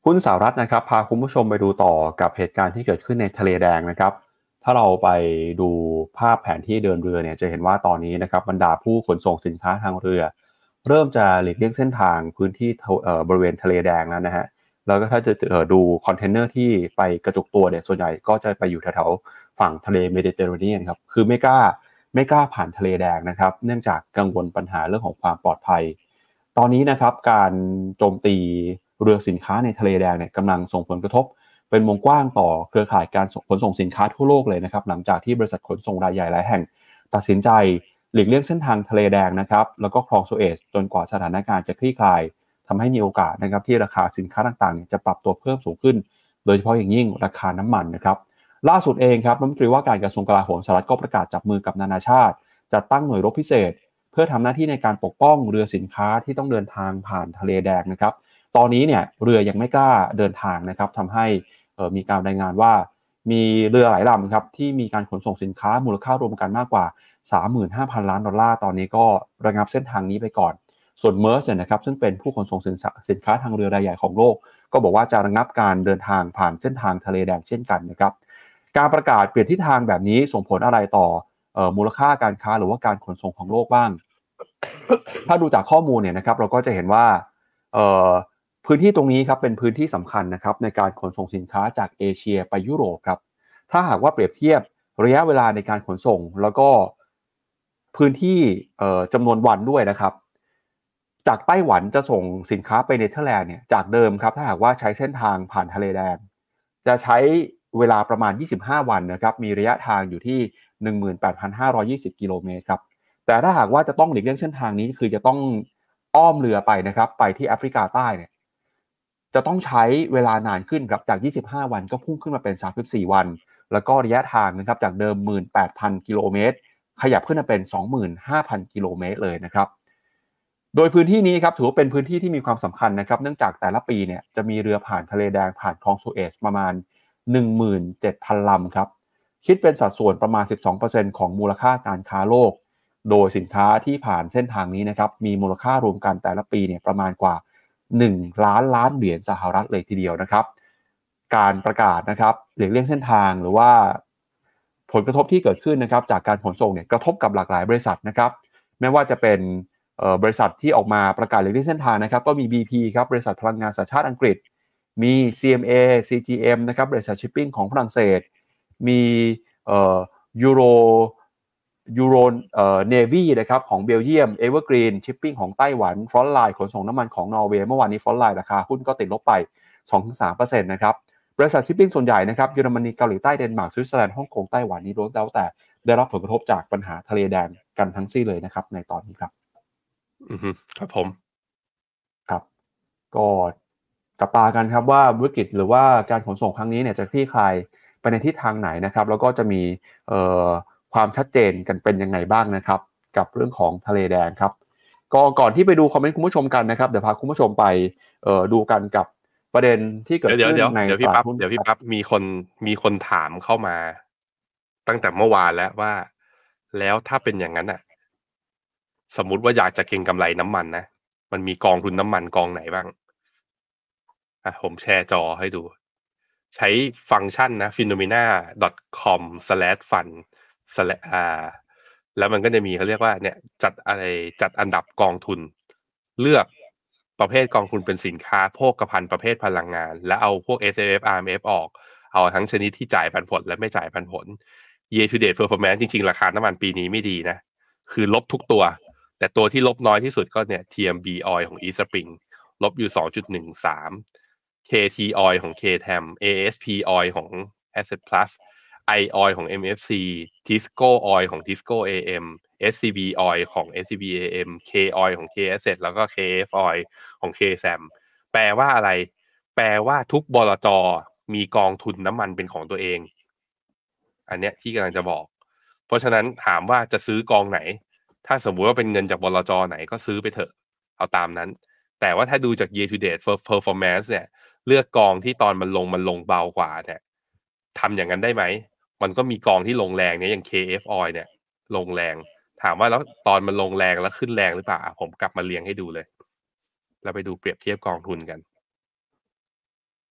หุ้นสหรัฐนะครับพาคุณผู้ชมไปดูต่อกับเหตุการณ์ที่เกิดขึ้นในทะเลแดงนะครับถ้าเราไปดูภาพแผนที่เดินเรือเนี่ยจะเห็นว่าตอนนี้นะครับบรรดาผู้ขนส่งสินค้าทางเรือเริ่มจะหลีกเลี่ยงเส้นทางพื้นที่เอ่อบริเวณทะเลแดงแล้วนะฮะแล้วก็ถ้าจะเอ่อดูคอนเทนเนอร์ที่ไปกระจุกตัวเนี่ยส่วนใหญ่ก็จะไปอยู่แถวๆฝั่งทะเลเมดิเตอร์เรเนียนครับคือไม่กล้าไม่กล้าผ่านทะเลแดงนะครับเนื่องจากกังวลปัญหาเรื่องของความปลอดภัย ตอนนี้นะครับการโจมตีเรือสินค้าในทะเลแดงเนี่ยกำลังส่งผลกระทบเป็นวงกว้างต่อเครือข่ายการขนส่งสินค้าทั่วโลกเลยนะครับหลังจากที่บริษัทขนส่งรายใหญ่หลายแห่งตัดสินใจหลีกเลี่ยงเส้นทางทะเลแดงนะครับแล้วก็คลองสุเอซจนกว่าสถานการณ์จะคลี่คลายทำให้มีโอกาสนะครับที่ราคาสินค้าต่างๆจะปรับตัวเพิ่มสูงขึ้นโดยเฉพาะอย่างยิ่งราคาน้ำมันนะครับล่าสุดเองครับรัฐมนตรีว่าการกระทรวงกลาโหมสหรัฐก็ประกาศจับมือกับนานาชาติจัดตั้งหน่วยรบพิเศษเพื่อทำหน้าที่ในการปกป้องเรือสินค้าที่ต้องเดินทางผ่านทะเลแดงนะครับตอนนี้เนี่ยเรือยังไม่กล้าเดินทางนะครับทำให้มีการรายงานว่ามีเรือหลายลำครับที่มีการขนส่งสินค้ามูลค่ารวมกันมากกว่า สามหมื่นห้าพัน ล้านดอลลาร์ตอนนี้ก็ระงับเส้นทางนี้ไปก่อนส่วนเมอร์สเนี่ยนะครับซึ่งเป็นผู้ขนส่งสินค้าทางเรือรายใหญ่ของโลกก็บอกว่าจะระงับการเดินทางผ่านเส้นทางทะเลแดงเช่นกันนะครับการประกาศเปลี่ยนทิศทางแบบนี้ส่งผลอะไรต่อเอ่อมูลค่าการค้าหรือว่าการขนส่งของโลกบ้าง ถ้าดูจากข้อมูลเนี่ยนะครับเราก็จะเห็นว่าเอ่อพื้นที่ตรงนี้ครับเป็นพื้นที่สำคัญนะครับในการขนส่งสินค้าจากเอเชียไปยุโรปครับถ้าหากว่าเปรียบเทียบระยะเวลาในการขนส่งแล้วก็พื้นที่เอ่อจำนวนวันด้วยนะครับจากไต้หวันจะส่งสินค้าไปเนเธอร์แลนด์เนี่ยจากเดิมครับถ้าหากว่าใช้เส้นทางผ่านทะเลแดงจะใช้เวลาประมาณยี่สิบห้าวันนะครับมีระยะทางอยู่ที่ หนึ่งหมื่นแปดพันห้าร้อยยี่สิบ กิโลเมตรครับแต่ถ้าหากว่าจะต้องหลีกเลี่ยงเส้นทางนี้คือจะต้องอ้อมเรือไปนะครับไปที่แอฟริกาใต้เนี่ยจะต้องใช้เวลานานขึ้นครับจากยี่สิบห้าวันก็พุ่งขึ้นมาเป็นสามสิบสี่วันแล้วก็ระยะทางนะครับจากเดิม หนึ่งหมื่นแปดพัน กิโลเมตรขยับขึ้นมาเป็น สองหมื่นห้าพัน กิโลเมตรเลยนะครับโดยพื้นที่นี้ครับถือว่าเป็นพื้นที่ที่มีความสำคัญนะครับเนื่องจากแต่ละปีเนี่ยจะมีเรือผ่านทะเลแดงผ่านคลองสุเอซประมาณ หนึ่งหมื่นเจ็ดพัน ลำครับคิดเป็นสัดส่วนประมาณ สิบสองเปอร์เซ็นต์ ของมูลค่าการค้าโลกโดยสินค้าที่ผ่านเส้นทางนี้นะครับมีมูลค่ารวมกันแต่ละปีเนี่ยประมาณกว่าหนึ่งล้านล้านเหรียญสหรัฐเลยทีเดียวนะครับการประกาศนะครับหลีกเลี่ยงเส้นทางหรือว่าผลกระทบที่เกิดขึ้นนะครับจากการขนส่งเนี่ยกระทบกับหลากหลายบริษัทนะครับไม่ว่าจะเป็นบริษัทที่ออกมาประกาศหลีกเลี่ยงเส้นทางนะครับก็มี บี พี ครับบริษัทพลังงานสัญชาติอังกฤษมี ซี เอ็ม เอ ซี จี เอ็ม นะครับบริษัทชิปปิ้งของฝรั่งเศสมีเอ่อยูโรยูโรเอ่อเนวีนะครับของเบลเยียมเอเวอร์กรีนชิปปิ้งของไต้หวันฟรอนต์ไลน์ขนส่งน้ำมันของนอร์เวย์เมื่อวานนี้ฟรอนต์ไลน์ราคาหุ้นก็ติดลบไป สองถึงสามเปอร์เซ็นต์ นะครับบริษัทชิปปิ้งส่วนใหญ่นะครับเยอรมนีเกาหลีใต้เดนมาร์กสวิตเซอร์แลนด์ฮ่องกงไต้หวันนี้ล้วนแล้วแต่ได้รับผลกระทบจากปัญหาทะเลแดงกันทั้งสิ้นเลยนะครับในตอนนี้ครับอือฮึครับผมครับก็จับตากันครับว่าวิกฤตหรือว่าการขนส่งครั้งนี้เนี่ยจะคลี่คลายไปในทิศทางไหนนะครับแล้วก็จะมีเอ่อความชัดเจนกันเป็นยังไงบ้างนะครับกับเรื่องของทะเลแดงครับก็ก่อนที่ไปดูคอมเมนต์คุณผู้ชมกันนะครับเดี๋ยวพาคุณผู้ชมไปเอ่อดูกันกับประเด็นที่เกิดขึ้นในเดี๋ยวพี่ปั๊บเดี๋ยวพี่ปั๊บมีคนมีคนถามเข้ามาตั้งแต่เมื่อวานแล้วว่าแล้วถ้าเป็นอย่างนั้นอ่ะสมมุติว่าอยากจะเก็งกำไรน้ำมันนะมันมีกองทุนน้ำมันกองไหนบ้างอ่ะผมแชร์จอให้ดูใช้ฟังก์ชันนะ ฟีโนเมนา ดอท คอม สแลช ฟันด์ สแลช อ่าแล้วมันก็จะมีเขาเรียกว่าเนี่ยจัดอะไรจัดอันดับกองทุนเลือกประเภทกองทุนเป็นสินค้าโภคภัณฑ์ประเภทพลังงานแล้วเอาพวก เอส เอ เอฟ อาร์ เอ็ม เอฟ ออกเอาทั้งชนิดที่จ่ายปันผลและไม่จ่ายปันผล Year to date performance จริงๆราคาน้ำมันปีนี้ไม่ดีนะคือลบทุกตัวแต่ตัวที่ลบน้อยที่สุดก็เนี่ย ที เอ็ม บี Oil ของ East Spring ลบอยู่ สองจุดหนึ่งสาม เค ที Oil ของ เค ที อี เอ็ม เอ เอส พี Oil ของ Asset Plus I Oil ของ เอ็ม เอฟ ซี Tisco Oil ของ Tisco เอ เอ็ม เอส ซี บี Oil ของ เอส ซี บี เอ เอ็ม K Oil ของ K Asset แล้วก็ เค เอฟ Oil ของ K แซม แปลว่าอะไรแปลว่าทุกบลจ.มีกองทุนน้ำมันเป็นของตัวเองอันเนี้ยที่กำลังจะบอกเพราะฉะนั้นถามว่าจะซื้อกองไหนถ้าสมมุติว่าเป็นเงินจากบลจ.ไหนก็ซื้อไปเถอะเอาตามนั้นแต่ว่าถ้าดูจาก year to date performance เนี่ยเลือกกองที่ตอนมันลงมันลงเบากว่าเนี่ยทำอย่างนั้นได้ไหมมันก็มีกองที่ลงแรงเนี่ยอย่าง เค เอฟ Oil เนี่ยลงแรงถามว่าแล้วตอนมันลงแรงแล้วขึ้นแรงหรือเปล่าผมกลับมาเรียงให้ดูเลยเราไปดูเปรียบเทียบกองทุนกัน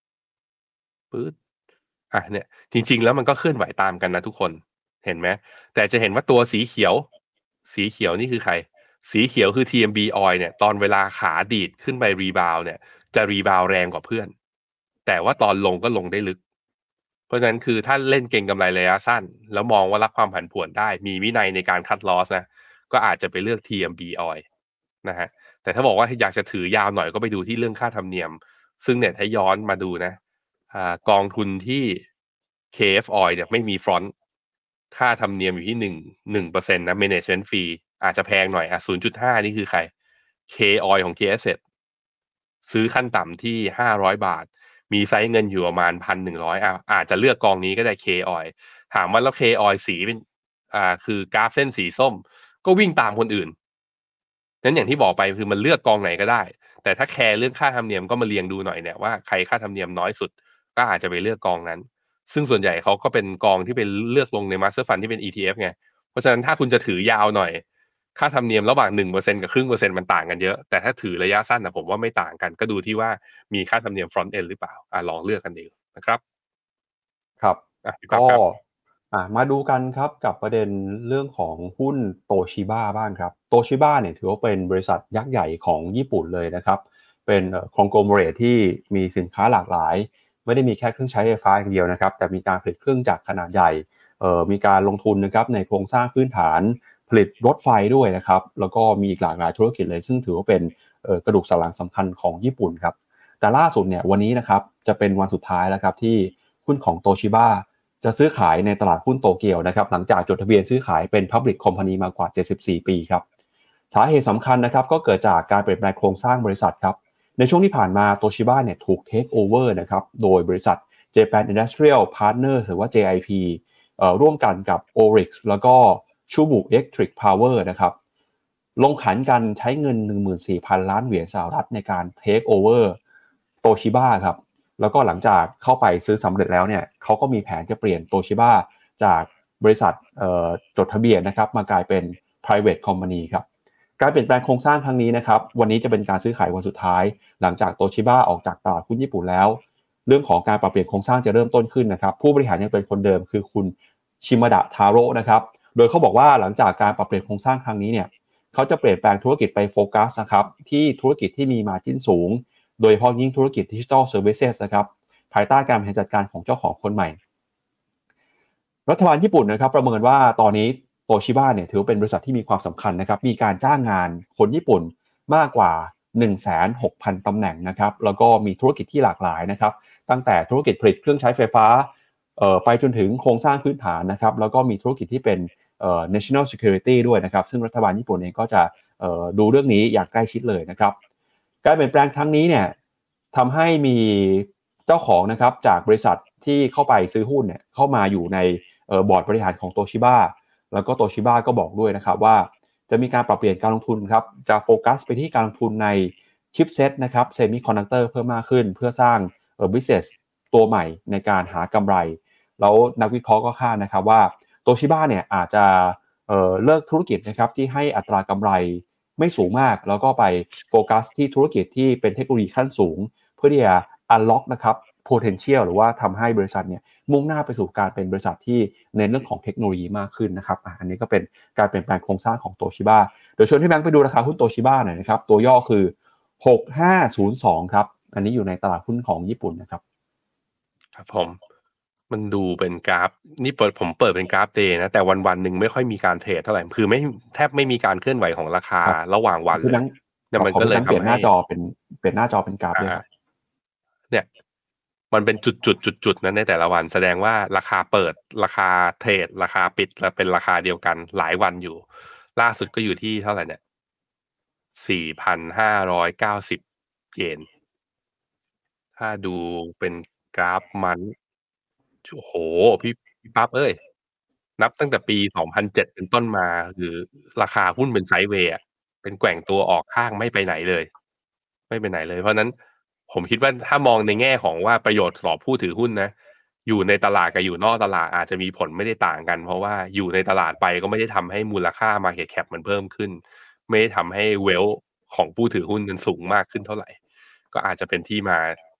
ปื๊ดอ่ะเนี่ยจริงๆแล้วมันก็เคลื่อนไหวตามกันนะทุกคนเห็นไหมแต่จะเห็นว่าตัวสีเขียวสีเขียวนี่คือใครสีเขียวคือ ที เอ็ม บี Oil เนี่ยตอนเวลาขาดีดขึ้นไปรีบาวเนี่ยจะรีบาวแรงกว่าเพื่อนแต่ว่าตอนลงก็ลงได้ลึกเพราะฉะนั้นคือถ้าเล่นเก็งกำไรระยะสั้นแล้วมองว่ารับความผันผวนได้มีวินัยในการคัดลอสนะก็อาจจะไปเลือก ที เอ็ม บี Oil นะฮะแต่ถ้าบอกว่าอยากจะถือยาวหน่อยก็ไปดูที่เรื่องค่าธรรมเนียมซึ่งเนี่ยถ้าย้อนมาดูนะอ่ากองทุนที่ เค เอฟ Oil เนี่ยไม่มีฟรอนต์ค่าธรรมเนียมอยู่ที่หนึ่ง หนึ่งเปอร์เซ็นต์นะ management fee อาจจะแพงหน่อยอ่ะ ศูนย์จุดห้า นี่คือใคร K Oil ของ K Asset ซื้อขั้นต่ำที่ห้าร้อยบาทมีไซส์เงินอยู่ประมาณ หนึ่งพันหนึ่งร้อย อ่ะอาจจะเลือกกองนี้ก็ได้ K Oil ถามว่าแล้ว K Oil สีเป็นอ่าคือกราฟเส้นสีส้มก็วิ่งตามคนอื่นนั้นอย่างที่บอกไปคือมันเลือกกองไหนก็ได้แต่ถ้าแคร์เรื่องค่าธรรมเนียมก็มาเรียงดูหน่อยเนี่ยว่าใครค่าธรรมเนียมน้อยสุดก็อาจจะไปเลือกกองนั้นซึ่งส่วนใหญ่เขาก็เป็นกองที่เป็นเลือกลงใน Master Fund ที่เป็น อี ที เอฟ ไงเพราะฉะนั้นถ้าคุณจะถือยาวหน่อยค่าธรรมเนียมระหว่าง หนึ่งเปอร์เซ็นต์ กับครึ่งเปอร์เซ็นต์มันต่างกันเยอะแต่ถ้าถือระยะสั้นนะผมว่าไม่ต่างกันก็ดูที่ว่ามีค่าธรรมเนียม front end หรือเปล่าอ่ะลองเลือกกันดูนะครับครับอ่ะพี่ปั๊บก็ครับอ่ามาดูกันครับกับประเด็นเรื่องของหุ้นโตชิบ้าบ้างครับโตชิบ้าเนี่ยถือว่าเป็นบริษัทยักษ์ใหญ่ของญี่ปุ่นเลยนะครับเป็นคอนโกลเมเรทที่มีสินค้าหลากหลายไม่ได้มีแค่เครื่องใช้ไฟฟ้าอย่างเดียวนะครับแต่มีการผลิตเครื่องจักรขนาดใหญ่เอ่อมีการลงทุนนะครับในโครงสร้างพื้นฐานผลิตรถไฟด้วยนะครับแล้วก็มีอีกหลากหลายธุรกิจเลยซึ่งถือว่าเป็นเอ่อกระดูกสันหลังสำคัญของญี่ปุ่นครับแต่ล่าสุดเนี่ยวันนี้นะครับจะเป็นวันสุดท้ายแล้วครับที่หุ้นของโตชิบ้าจะซื้อขายในตลาดหุ้นโตเกียวนะครับหลังจากจดทะเบียนซื้อขายเป็น Public Company มากว่าเจ็ดสิบสี่ปีครับสาเหตุสำคัญนะครับก็เกิดจากการเปลี่ยนแปลงโครงสร้างบริษัทครับในช่วงที่ผ่านมาโตชิบ้าเนี่ยถูก Take Over นะครับโดยบริษัท Japan Industrial Partners หรือว่า เจ ไอ พี เอ่อร่วมกันกับ โอ อาร์ ไอ ซี แล้วก็ Chubu Electric Power นะครับลงขันกันใช้เงิน หนึ่งหมื่นสี่พัน ล้านเหรียญสหรัฐในการ Take Over โตชิบ้าครับแล้วก็หลังจากเข้าไปซื้อสำเร็จแล้วเนี่ยเขาก็มีแผนจะเปลี่ยนโตชิบ้าจากบริษัทจดทะเบียนนะครับมากลายเป็น private company ครับการเปลี่ยนแปลงโครงสร้างครั้งนี้นะครับวันนี้จะเป็นการซื้อขายวันสุดท้ายหลังจากโตชิบ้าออกจากตลาดหุ้นญี่ปุ่นแล้วเรื่องของการปรับเปลี่ยนโครงสร้างจะเริ่มต้นขึ้นนะครับผู้บริหารยังเป็นคนเดิมคือคุณชิมาดะทาโร่นะครับโดยเขาบอกว่าหลังจากการปรับเปลี่ยนโครงสร้างครั้งนี้เนี่ยเขาจะเปลี่ยนแปลงธุรกิจไปโฟกัสนะครับที่ธุรกิจที่มี margin สูงโดยเฉพาะยิ่งธุรกิจ Digital Services นะครับภายใต้การบริหารจัดการของเจ้าของคนใหม่รัฐบาลญี่ปุ่นนะครับประเมินว่าตอนนี้โตชิบ้าเนี่ยถือเป็นบริษัทที่มีความสำคัญนะครับมีการจ้างงานคนญี่ปุ่นมากกว่า หนึ่งแสนหกพัน ตำแหน่งนะครับแล้วก็มีธุรกิจที่หลากหลายนะครับตั้งแต่ธุรกิจผลิตเครื่องใช้ไฟฟ้าเอ่อไปจนถึงโครงสร้างพื้นฐานนะครับแล้วก็มีธุรกิจที่เป็นเอ่อ national security ด้วยนะครับซึ่งรัฐบาลญี่ปุ่นเองก็จะเอ่อดูเรื่องนี้อย่างใกล้ชิดเลยนะครับการเปลี่ยนแปลงครั้งนี้เนี่ยทำให้มีเจ้าของนะครับจากบริษัทที่เข้าไปซื้อหุ้นเนี่ยเข้ามาอยู่ในบอร์ดบริหารของโตชิบ้าแล้วก็โตชิบ้าก็บอกด้วยนะครับว่าจะมีการปรับเปลี่ยนการลงทุนครับจะโฟกัสไปที่การลงทุนในชิปเซตนะครับเซมิคอนดักเตอร์เพิ่มมากขึ้นเพื่อสร้างเอ่อ business ตัวใหม่ในการหากำไรแล้วนักวิเคราะห์ก็คาดนะครับว่าโตชิบ้าเนี่ยอาจจะเอ่อเลิกธุรกิจนะครับที่ให้อัตรากำไรไม่สูงมากแล้วก็ไปโฟกัสที่ธุรกิจที่เป็นเทคโนโลยีขั้นสูงเพื่อที่จะ unlock นะครับ potential หรือว่าทำให้บริษัทเนี่ยมุ่งหน้าไปสู่การเป็นบริษัทที่เน้นเรื่องของเทคโนโลยีมากขึ้นนะครับ อ, อันนี้ก็เป็นการเปลี่ยนแปลงโครงสร้างของโตชิบ้าเดี๋ยวชวนพี่แบงค์ไปดูราคาหุ้นโตชิบ้าหน่อยนะครับตัวย่อคือหกห้าศูนย์สองครับอันนี้อยู่ในตลาดหุ้นของญี่ปุ่นนะครับครับผมมันดูเป็นกราฟนี่เปิดผมเปิดเป็นกราฟเดย์นะแต่วันวันหนึ่งไม่ค่อยมีการเทรดเท่าไหร่คือไม่แทบไม่มีการเคลื่อนไหวของราคาระหว่างวันเลยเนี่ยมันก็เลยทำให้เปลี่ยนหน้าจอเป็นเปลี่ยนหน้าจอเป็นกราฟด้วยเนี่ยมันเป็นจุดจุดจุดจุดนั้นในแต่ละวันแสดงว่าราคาเปิดราคาเทรดราคาปิดแล้วเป็นราคาเดียวกันหลายวันอยู่ล่าสุดก็อยู่ที่เท่าไหร่เนี่ยสี่พันห้าร้อยเก้าสิบเยนถ้าดูเป็นกราฟมันโอ้โหพี่พี่ปั๊บเอ้ยนับตั้งแต่ปีสองพันเจ็ดเป็นต้นมาคือราคาหุ้นเป็นไซด์เวย์เป็นแกว่งตัวออกข้างไม่ไปไหนเลยไม่ไปไหนเลยเพราะนั้นผมคิดว่าถ้ามองในแง่ของว่าประโยชน์ต่อผู้ถือหุ้นนะอยู่ในตลาดกับอยู่นอกตลาดอาจจะมีผลไม่ได้ต่างกันเพราะว่าอยู่ในตลาดไปก็ไม่ได้ทำให้มูลค่า market cap มันเพิ่มขึ้นไม่ได้ทำให้ wealth ของผู้ถือหุ้นมันสูงมากขึ้นเท่าไหร่ก็อาจจะเป็นที่มา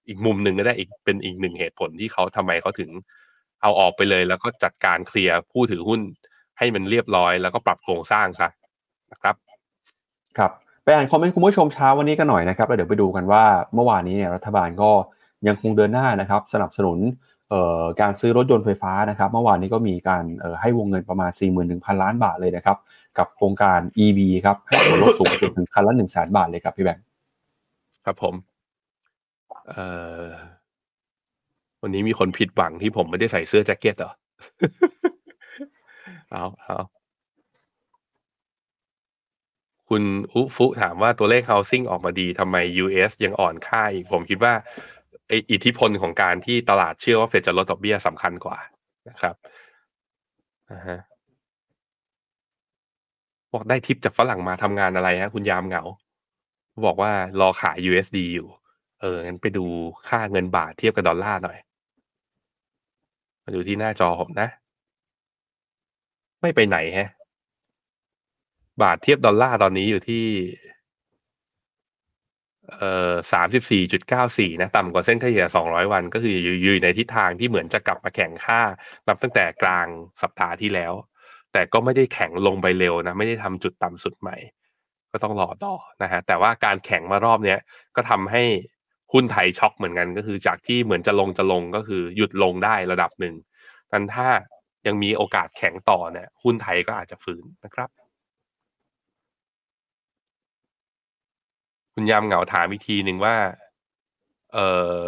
อีกมุมหนึ่งก็ได้อีกเป็นอีกหนึ่งเหตุผลที่เขาทำไมเขาถึงเอาออกไปเลยแล้วก็จัดการเคลียร์ผู้ถือหุ้นให้มันเรียบร้อยแล้วก็ปรับโครงสร้างซะนะครับครับไปอ่านคอมเมนต์คุณผู้ชมเช้าวันนี้กันหน่อยนะครับแล้วเดี๋ยวไปดูกันว่าเมื่อวานนี้เนี่ยรัฐบาลก็ยังคงเดินหน้านะครับสนับสนุนเอ่อการซื้อรถยนต์ไฟฟ้านะครับเมื่อวานนี้ก็มีการเอ่อให้วงเงินประมาณ สี่หมื่นหนึ่งพัน ล้านบาทเลยนะครับกับโครงการ อี วี ครับให้ส่วนลดสูงสุดถึงคันละ หนึ่งแสน บาทเลยครับพี่แบงค์ครับผมเอ่อวันนี้มีคนผิดหวังที่ผมไม่ได้ใส่เสื้อแจ็คเก็ตเหรอ เอาเอาคุณอุฟุถามว่าตัวเลข housing ออกมาดีทำไม ยู เอส ยังอ่อนค่าอีกผมคิดว่าอิทธิพลของการที่ตลาดเชื่อว่าเฟดจะลดดอกเบี้ยสำคัญกว่านะครับนะฮะบอกได้ทิปจากฝรั่งมาทำงานอะไรฮะคุณยามเหงาบอกว่ารอขาย ยู เอส ดี อยู่เอองั้นไปดูค่าเงินบาทเทียบกับดอลลาร์หน่อยมาดูที่หน้าจอผมนะไม่ไปไหนฮะบาทเทียบดอลลาร์ตอนนี้อยู่ที่เอ่อ สามสิบสี่จุดเก้าสี่ นะต่ำกว่าเส้นเฉลี่ยสองร้อยวันก็คืออยู่ในทิศทางที่เหมือนจะกลับมาแข่งค่านับตั้งแต่กลางสัปดาห์ที่แล้วแต่ก็ไม่ได้แข็งลงไปเร็วนะไม่ได้ทำจุดต่ำสุดใหม่ก็ต้องรอต่อนะฮะแต่ว่าการแข็งมารอบเนี้ยก็ทำให้หุ้นไทยช็อกเหมือนกันก็คือจากที่เหมือนจะลงจะลงก็คือหยุดลงได้ระดับหนึ่งนั้นถ้ายังมีโอกาสแข็งต่อเนี่ยหุ้นไทยก็อาจจะฟื้นนะครับคุณยามเหงาถามอีกทีหนึ่งว่าเอ่อ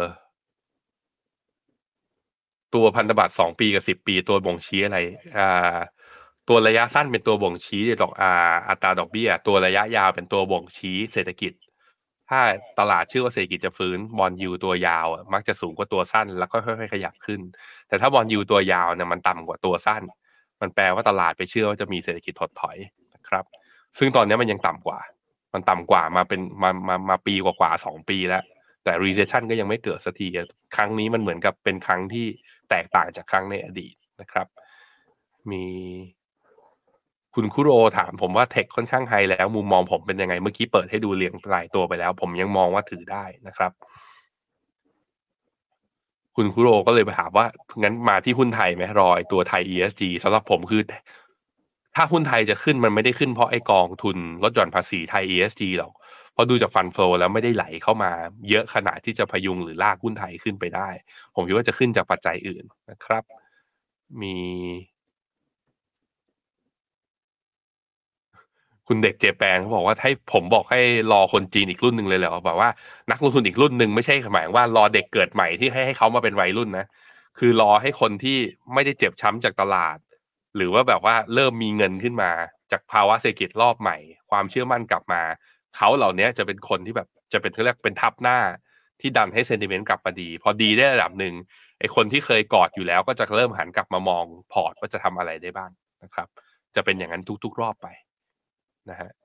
ตัวพันธบัตรสองปีกับสิบปีตัวบ่งชี้อะไรอ่าตัวระยะสั้นเป็นตัวบ่งชี้ดอกอ่าอัตราดอกเบี้ยตัวระยะยาวเป็นตัวบ่งชี้เศรษฐกิจถ้าตลาดเชื่อว่าเศรษฐกิจจะฟื้นบอนด์ยิลด์ตัวยาวมักจะสูงกว่าตัวสั้นแล้วก็ค่อยๆขยับขึ้นแต่ถ้าบอนด์ยิลด์ตัวยาวเนี่ยมันต่ำกว่าตัวสั้นมันแปลว่าตลาดไปเชื่อว่าจะมีเศรษฐกิจถดถอยนะครับซึ่งตอนนี้มันยังต่ำกว่ามันต่ำกว่ามาเป็นมามามาปีกว่าๆสองปีแล้วแต่ recession ก็ยังไม่เกิดสักทีครั้งนี้มันเหมือนกับเป็นครั้งที่แตกต่างจากครั้งในอดีตนะครับมีคุณคุโรถามผมว่าเทคค่อนข้างไฮแล้วมุมมองผมเป็นยังไงเมื่อกี้เปิดให้ดูเรียงรายตัวไปแล้วผมยังมองว่าถือได้นะครับคุณคุโรก็เลยไปถามว่างั้นมาที่หุ้นไทยไหมรอไอ้ตัวไทย อี เอส จี สำหรับผมคือถ้าหุ้นไทยจะขึ้นมันไม่ได้ขึ้นเพราะไอ้กองทุนลดหย่อนภาษีไทย อี เอส จี หรอกเพราะดูจากฟันโฟลแล้วไม่ได้ไหลเข้ามาเยอะขนาดที่จะพยุงหรือลากหุ้นไทยขึ้นไปได้ผมคิดว่าจะขึ้นจากปัจจัยอื่นนะครับมีคุณเด็กเจแปนเขาบอกว่าให้ผมบอกให้รอคนจีนอีกรุ่นหนึ่งเลยเหรอแบบว่านักลงทุนอีกรุ่นหนึ่งไม่ใช่หมายว่ารอเด็กเกิดใหม่ที่ให้ให้เขามาเป็นวัยรุ่นนะคือรอให้คนที่ไม่ได้เจ็บช้ำจากตลาดหรือว่าแบบว่าเริ่มมีเงินขึ้นมาจากภาวะเศรษฐกิจรอบใหม่ความเชื่อมั่นกลับมาเขาเหล่านี้จะเป็นคนที่แบบจะเป็นเขาเรียกเป็นทับหน้าที่ดันให้เซนติเมนต์กลับมาดีพอดีได้ระดับหนึ่งไอ้คนที่เคยกอดอยู่แล้วก็จะเริ่มหันกลับมามองพอร์ตว่าจะทำอะไรได้บ้างนะครับจะเป็นอย่างนั้นทุกๆรอบไปนะฮะ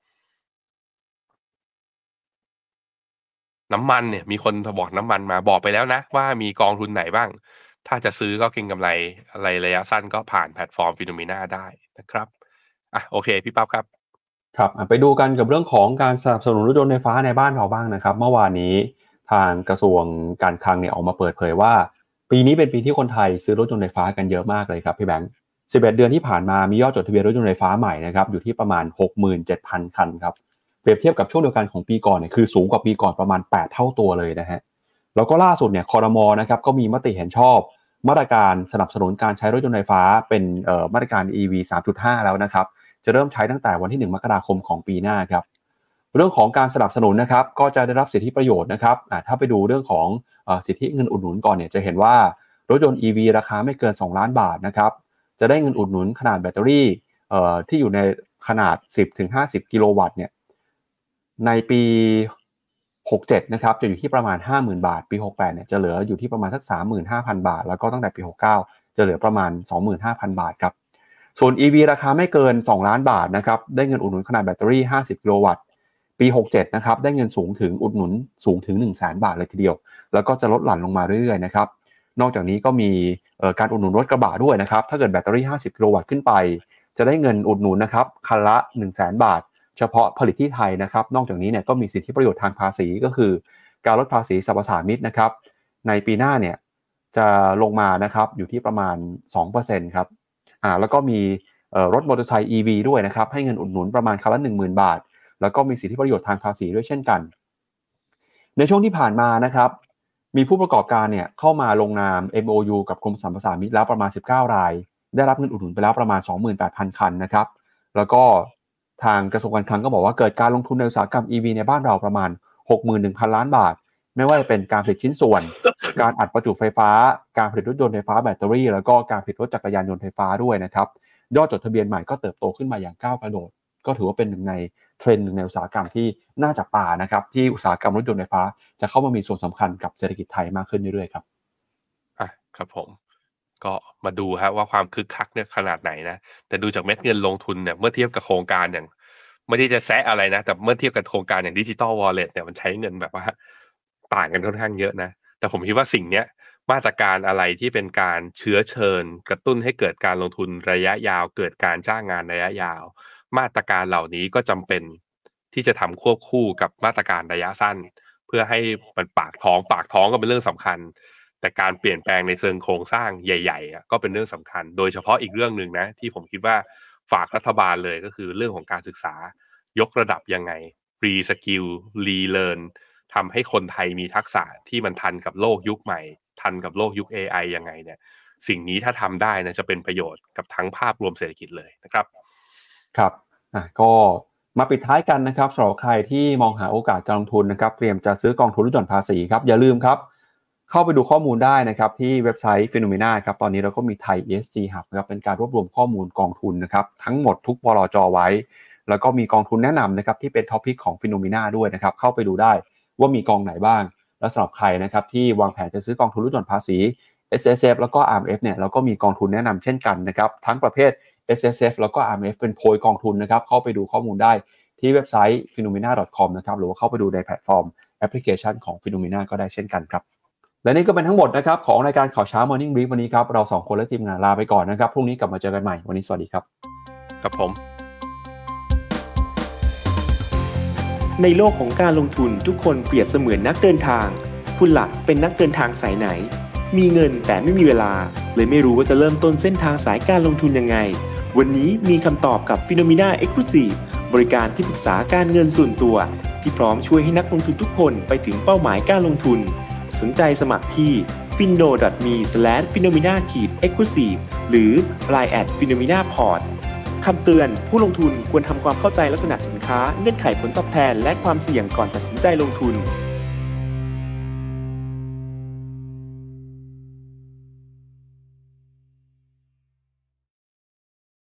น้ำมันเนี่ยมีคนบอกน้ำมันมาบอกไปแล้วนะว่ามีกองทุนไหนบ้างถ้าจะซื้อก็เก็งกำไรอะไรระยะสั้นก็ผ่านแพลตฟอร์ม Phenomena ได้นะครับอ่ะโอเคพี่ปั๊บครับครับไปดูกันกับเรื่องของการสนับสนุนรถยนต์ไฟฟ้าในบ้านเราบ้างนะครับเมื่อวานนี้ทางกระทรวงการคลังเนี่ยออกมาเปิดเผยว่าปีนี้เป็นปีที่คนไทยซื้อรถยนต์ไฟฟ้ากันเยอะมากเลยครับพี่แบงค์สิบเอ็ดเดือนที่ผ่านมามียอดจดทะเบียนรถยนต์ไฟฟ้าใหม่นะครับอยู่ที่ประมาณ หกหมื่นเจ็ดพัน คันครับเปรียบเทียบกับช่วงเดียวกันของปีก่อนเนี่ยคือสูงกว่าปีก่อนประมาณแปดเท่าตัวเลยนะฮะแล้วก็ล่าสุดเนี่ยครม.นะครับก็มีมติเห็นชอบมาตรการสนับสนุนการใช้รถยนต์ไฟฟ้าเป็นเอ่อมาตรการ อี วี สามจุดห้า แล้วนะครับจะเริ่มใช้ตั้งแต่วันที่หนึ่งมกราคมของปีหน้าครับเรื่องของการสนับสนุนนะครับก็จะได้รับสิทธิประโยชน์นะครับถ้าไปดูเรื่องของเอ่อสิทธิเงินอุดหนุนก่อนเนี่ยจะเห็นว่ารถยนต์ อี วี ราคาไม่เกินสองล้านบาทนะครับจะได้เงินอุดหนุนขนาดแบตเตอรี่เอ่อที่อยู่ในขนาด สิบถึงห้าสิบ กิโลวัตต์เนี่ยในปีหกสิบเจ็ดนะครับจะอยู่ที่ประมาณ ห้าหมื่น บาทปีหกสิบแปดเนี่ยจะเหลืออยู่ที่ประมาณสัก สามหมื่นห้าพัน บาทแล้วก็ตั้งแต่ปีหกสิบเก้าจะเหลือประมาณ สองหมื่นห้าพัน บาทครับส่วน อี วี ราคาไม่เกินสองล้านบาทนะครับได้เงินอุดหนุนขนาดแบตเตอรี่ห้าสิบกิโลวัตต์ปีหกสิบเจ็ดนะครับได้เงินสูงถึงอุดหนุนสูงถึง หนึ่งแสน บาทเลยทีเดียวแล้วก็จะลดหลั่นลงมาเรื่อยๆนะครับนอกจากนี้ก็มีเอ่อการอุดหนุนรถกระบะด้วยนะครับถ้าเกิดแบตเตอรี่ห้าสิบกิโลวัตต์ขึ้นไปจะได้เงินอุดหนุนนะครับคันละ หนึ่งแสน บาทเฉพาะผลิตที่ไทยนะครับนอกจากนี้เนี่ยก็มีสิทธิประโยชน์ทางภาษีก็คือการลดภาษีสรรพสามิตนะครับในปีหน้าเนี่ยจะลงมานะครับอยู่ที่ประมาณ สองเปอร์เซ็นต์ ครับอ่าแล้วก็มีเอ่อรถมอเตอร์ไซค์ อี วี ด้วยนะครับให้เงินอุดหนุนประมาณคันละ หนึ่งหมื่น บาทแล้วก็มีสิทธิประโยชน์ทางภาษีด้วยเช่นกันในช่วงที่ผ่านมานะครับมีผู้ประกอบการเนี่ยเข้ามาลงนาม เอ็ม โอ ยู กับกรมสรรพสามิตแล้วประมาณสิบเก้ารายได้รับเงินอุดหนุนไปแล้วประมาณ สองหมื่นแปดพัน คันนะครับแล้วก็ทางกระทรวงการคลังก็บอกว่าเกิดการลงทุนในอุตสาหกรรม อี วี ในบ้านเราประมาณ หกหมื่นหนึ่งพัน ล้านบาทไม่ว่าจะเป็นการผลิตชิ้นส่วน การอัดประจุไฟฟ้าการผลิตรถยนต์ไฟฟ้าแบตเตอรี่แล้วก็การผลิตรถจักรยานยนต์ไฟฟ้าด้วยนะครับยอดจดทะเบียนใหม่ก็เติบโตขึ้นมาอย่างก้าวกระโดดก็ถือว่าเป็นหนึ่งในเทรนด์หนึ่งในอุตสาหกรรมที่น่าจับตานะครับที่อุตสาหกรรมรถยนต์ไฟฟ้าจะเข้ามามีส่วนสำคัญกับเศรษฐกิจไทยมากขึ้นเรื่อยๆครับอ่ะครับผมก็มาดูฮะว่าความคึกคักเนี่ยขนาดไหนนะแต่ดูจากเม็ดเงินลงทุนเนี่ยเมื่อเทียบกับโครงการอย่างไม่ได้จะแซะอะไรนะแต่เมื่อเทียบกับโครงการอย่าง Digital Wallet เนี่ยมันใช้เงินแบบว่าต่างกันค่อนข้างเยอะนะแต่ผมคิดว่าสิ่งเนี้ยมาตรการอะไรที่เป็นการเชื้อเชิญกระตุ้นให้เกิดการลงทุนระยะยาวเกิดการจ้างงานระยะยาวมาตรการเหล่านี้ก็จำเป็นที่จะทำควบคู่กับมาตรการระยะสั้นเพื่อให้มันปากท้องปากท้องก็เป็นเรื่องสำคัญแต่การเปลี่ยนแปลงในเชิงโครงสร้างใหญ่ๆก็เป็นเรื่องสำคัญโดยเฉพาะอีกเรื่องนึงนะที่ผมคิดว่าฝากรัฐบาลเลยก็คือเรื่องของการศึกษายกระดับยังไง re-skill re-learn ทำให้คนไทยมีทักษะที่มันทันกับโลกยุคใหม่ทันกับโลกยุค เอ ไอ ยังไงเนี่ยสิ่งนี้ถ้าทำได้นะจะเป็นประโยชน์กับทั้งภาพรวมเศรษฐกิจเลยนะครับครับอ่ะก็มาปิดท้ายกันนะครับสำหรับใครที่มองหาโอกาสการลงทุนนะครับเตรียมจะซื้อกองทุนลดหย่อนภาษีครับอย่าลืมครับเข้าไปดูข้อมูลได้นะครับที่เว็บไซต์ Phenomena ครับตอนนี้เราก็มี Thai อี เอส จี Hub นะครับเป็นการรวบรวมข้อมูลกองทุนนะครับทั้งหมดทุกบลจ.ไว้แล้วก็มีกองทุนแนะนำนะครับที่เป็นท็อปิกของ Phenomena ด้วยนะครับเข้าไปดูได้ว่ามีกองไหนบ้างและสำหรับใครนะครับที่วางแผนจะซื้อกองทุนลดหย่อนภาษี เอส เอส เอฟ แล้วก็ อาร์ เอ็ม เอฟ เนี่ยเราก็มีกองทุนแนะนำเช่นกันนะครับทั้งประเภท เอส เอส เอฟ แล้วก็ อาร์ เอ็ม เอฟ เป็นโพยกองทุนนะครับเข้าไปดูข้อมูลได้ที่เว็บไซต์ ฟีโนเมนา ดอท คอม นะครับหรือว่าเข้าไปดูในแพลตฟอร์มแอปพลิเคชันของ Phenomena ก็ได้เช่นกันครับและนี่ก็เป็นทั้งหมดนะครับของรายการข่าวเช้า Morning Brief วันนี้ครับเราสองคนและทีมงานลาไปก่อนนะครับพรุ่งนี้กลับมาเจอกันใหม่วันนี้สวัสดีครับครับผมในโลกของการลงทุนทุกคนเปรียบเสมือนนักเดินทางคุณหลักเป็นนักเดินทางสายไหนมีเงินแต่ไม่มีเวลาเลยไม่รู้ว่าจะเริ่มต้นเส้นทางสายการลงทุนยังไงวันนี้มีคำตอบกับ Phenomena Exclusive บริการที่ปรึกษาการเงินส่วนตัวที่พร้อมช่วยให้นักลงทุนทุกคนไปถึงเป้าหมายการลงทุนสนใจสมัครที่ ฟินโน ดอท มี สแลช ฟีโนเมนา เอ็กซ์คลูซีฟ หรือ ไลน์ แอท ฟีโนเมนา พอร์ต คำเตือนผู้ลงทุนควรทำความเข้าใจลักษณะสินค้าเงื่อนไขผลตอบแทนและความเสี่ยงก่อนตัดสินใจลงทุน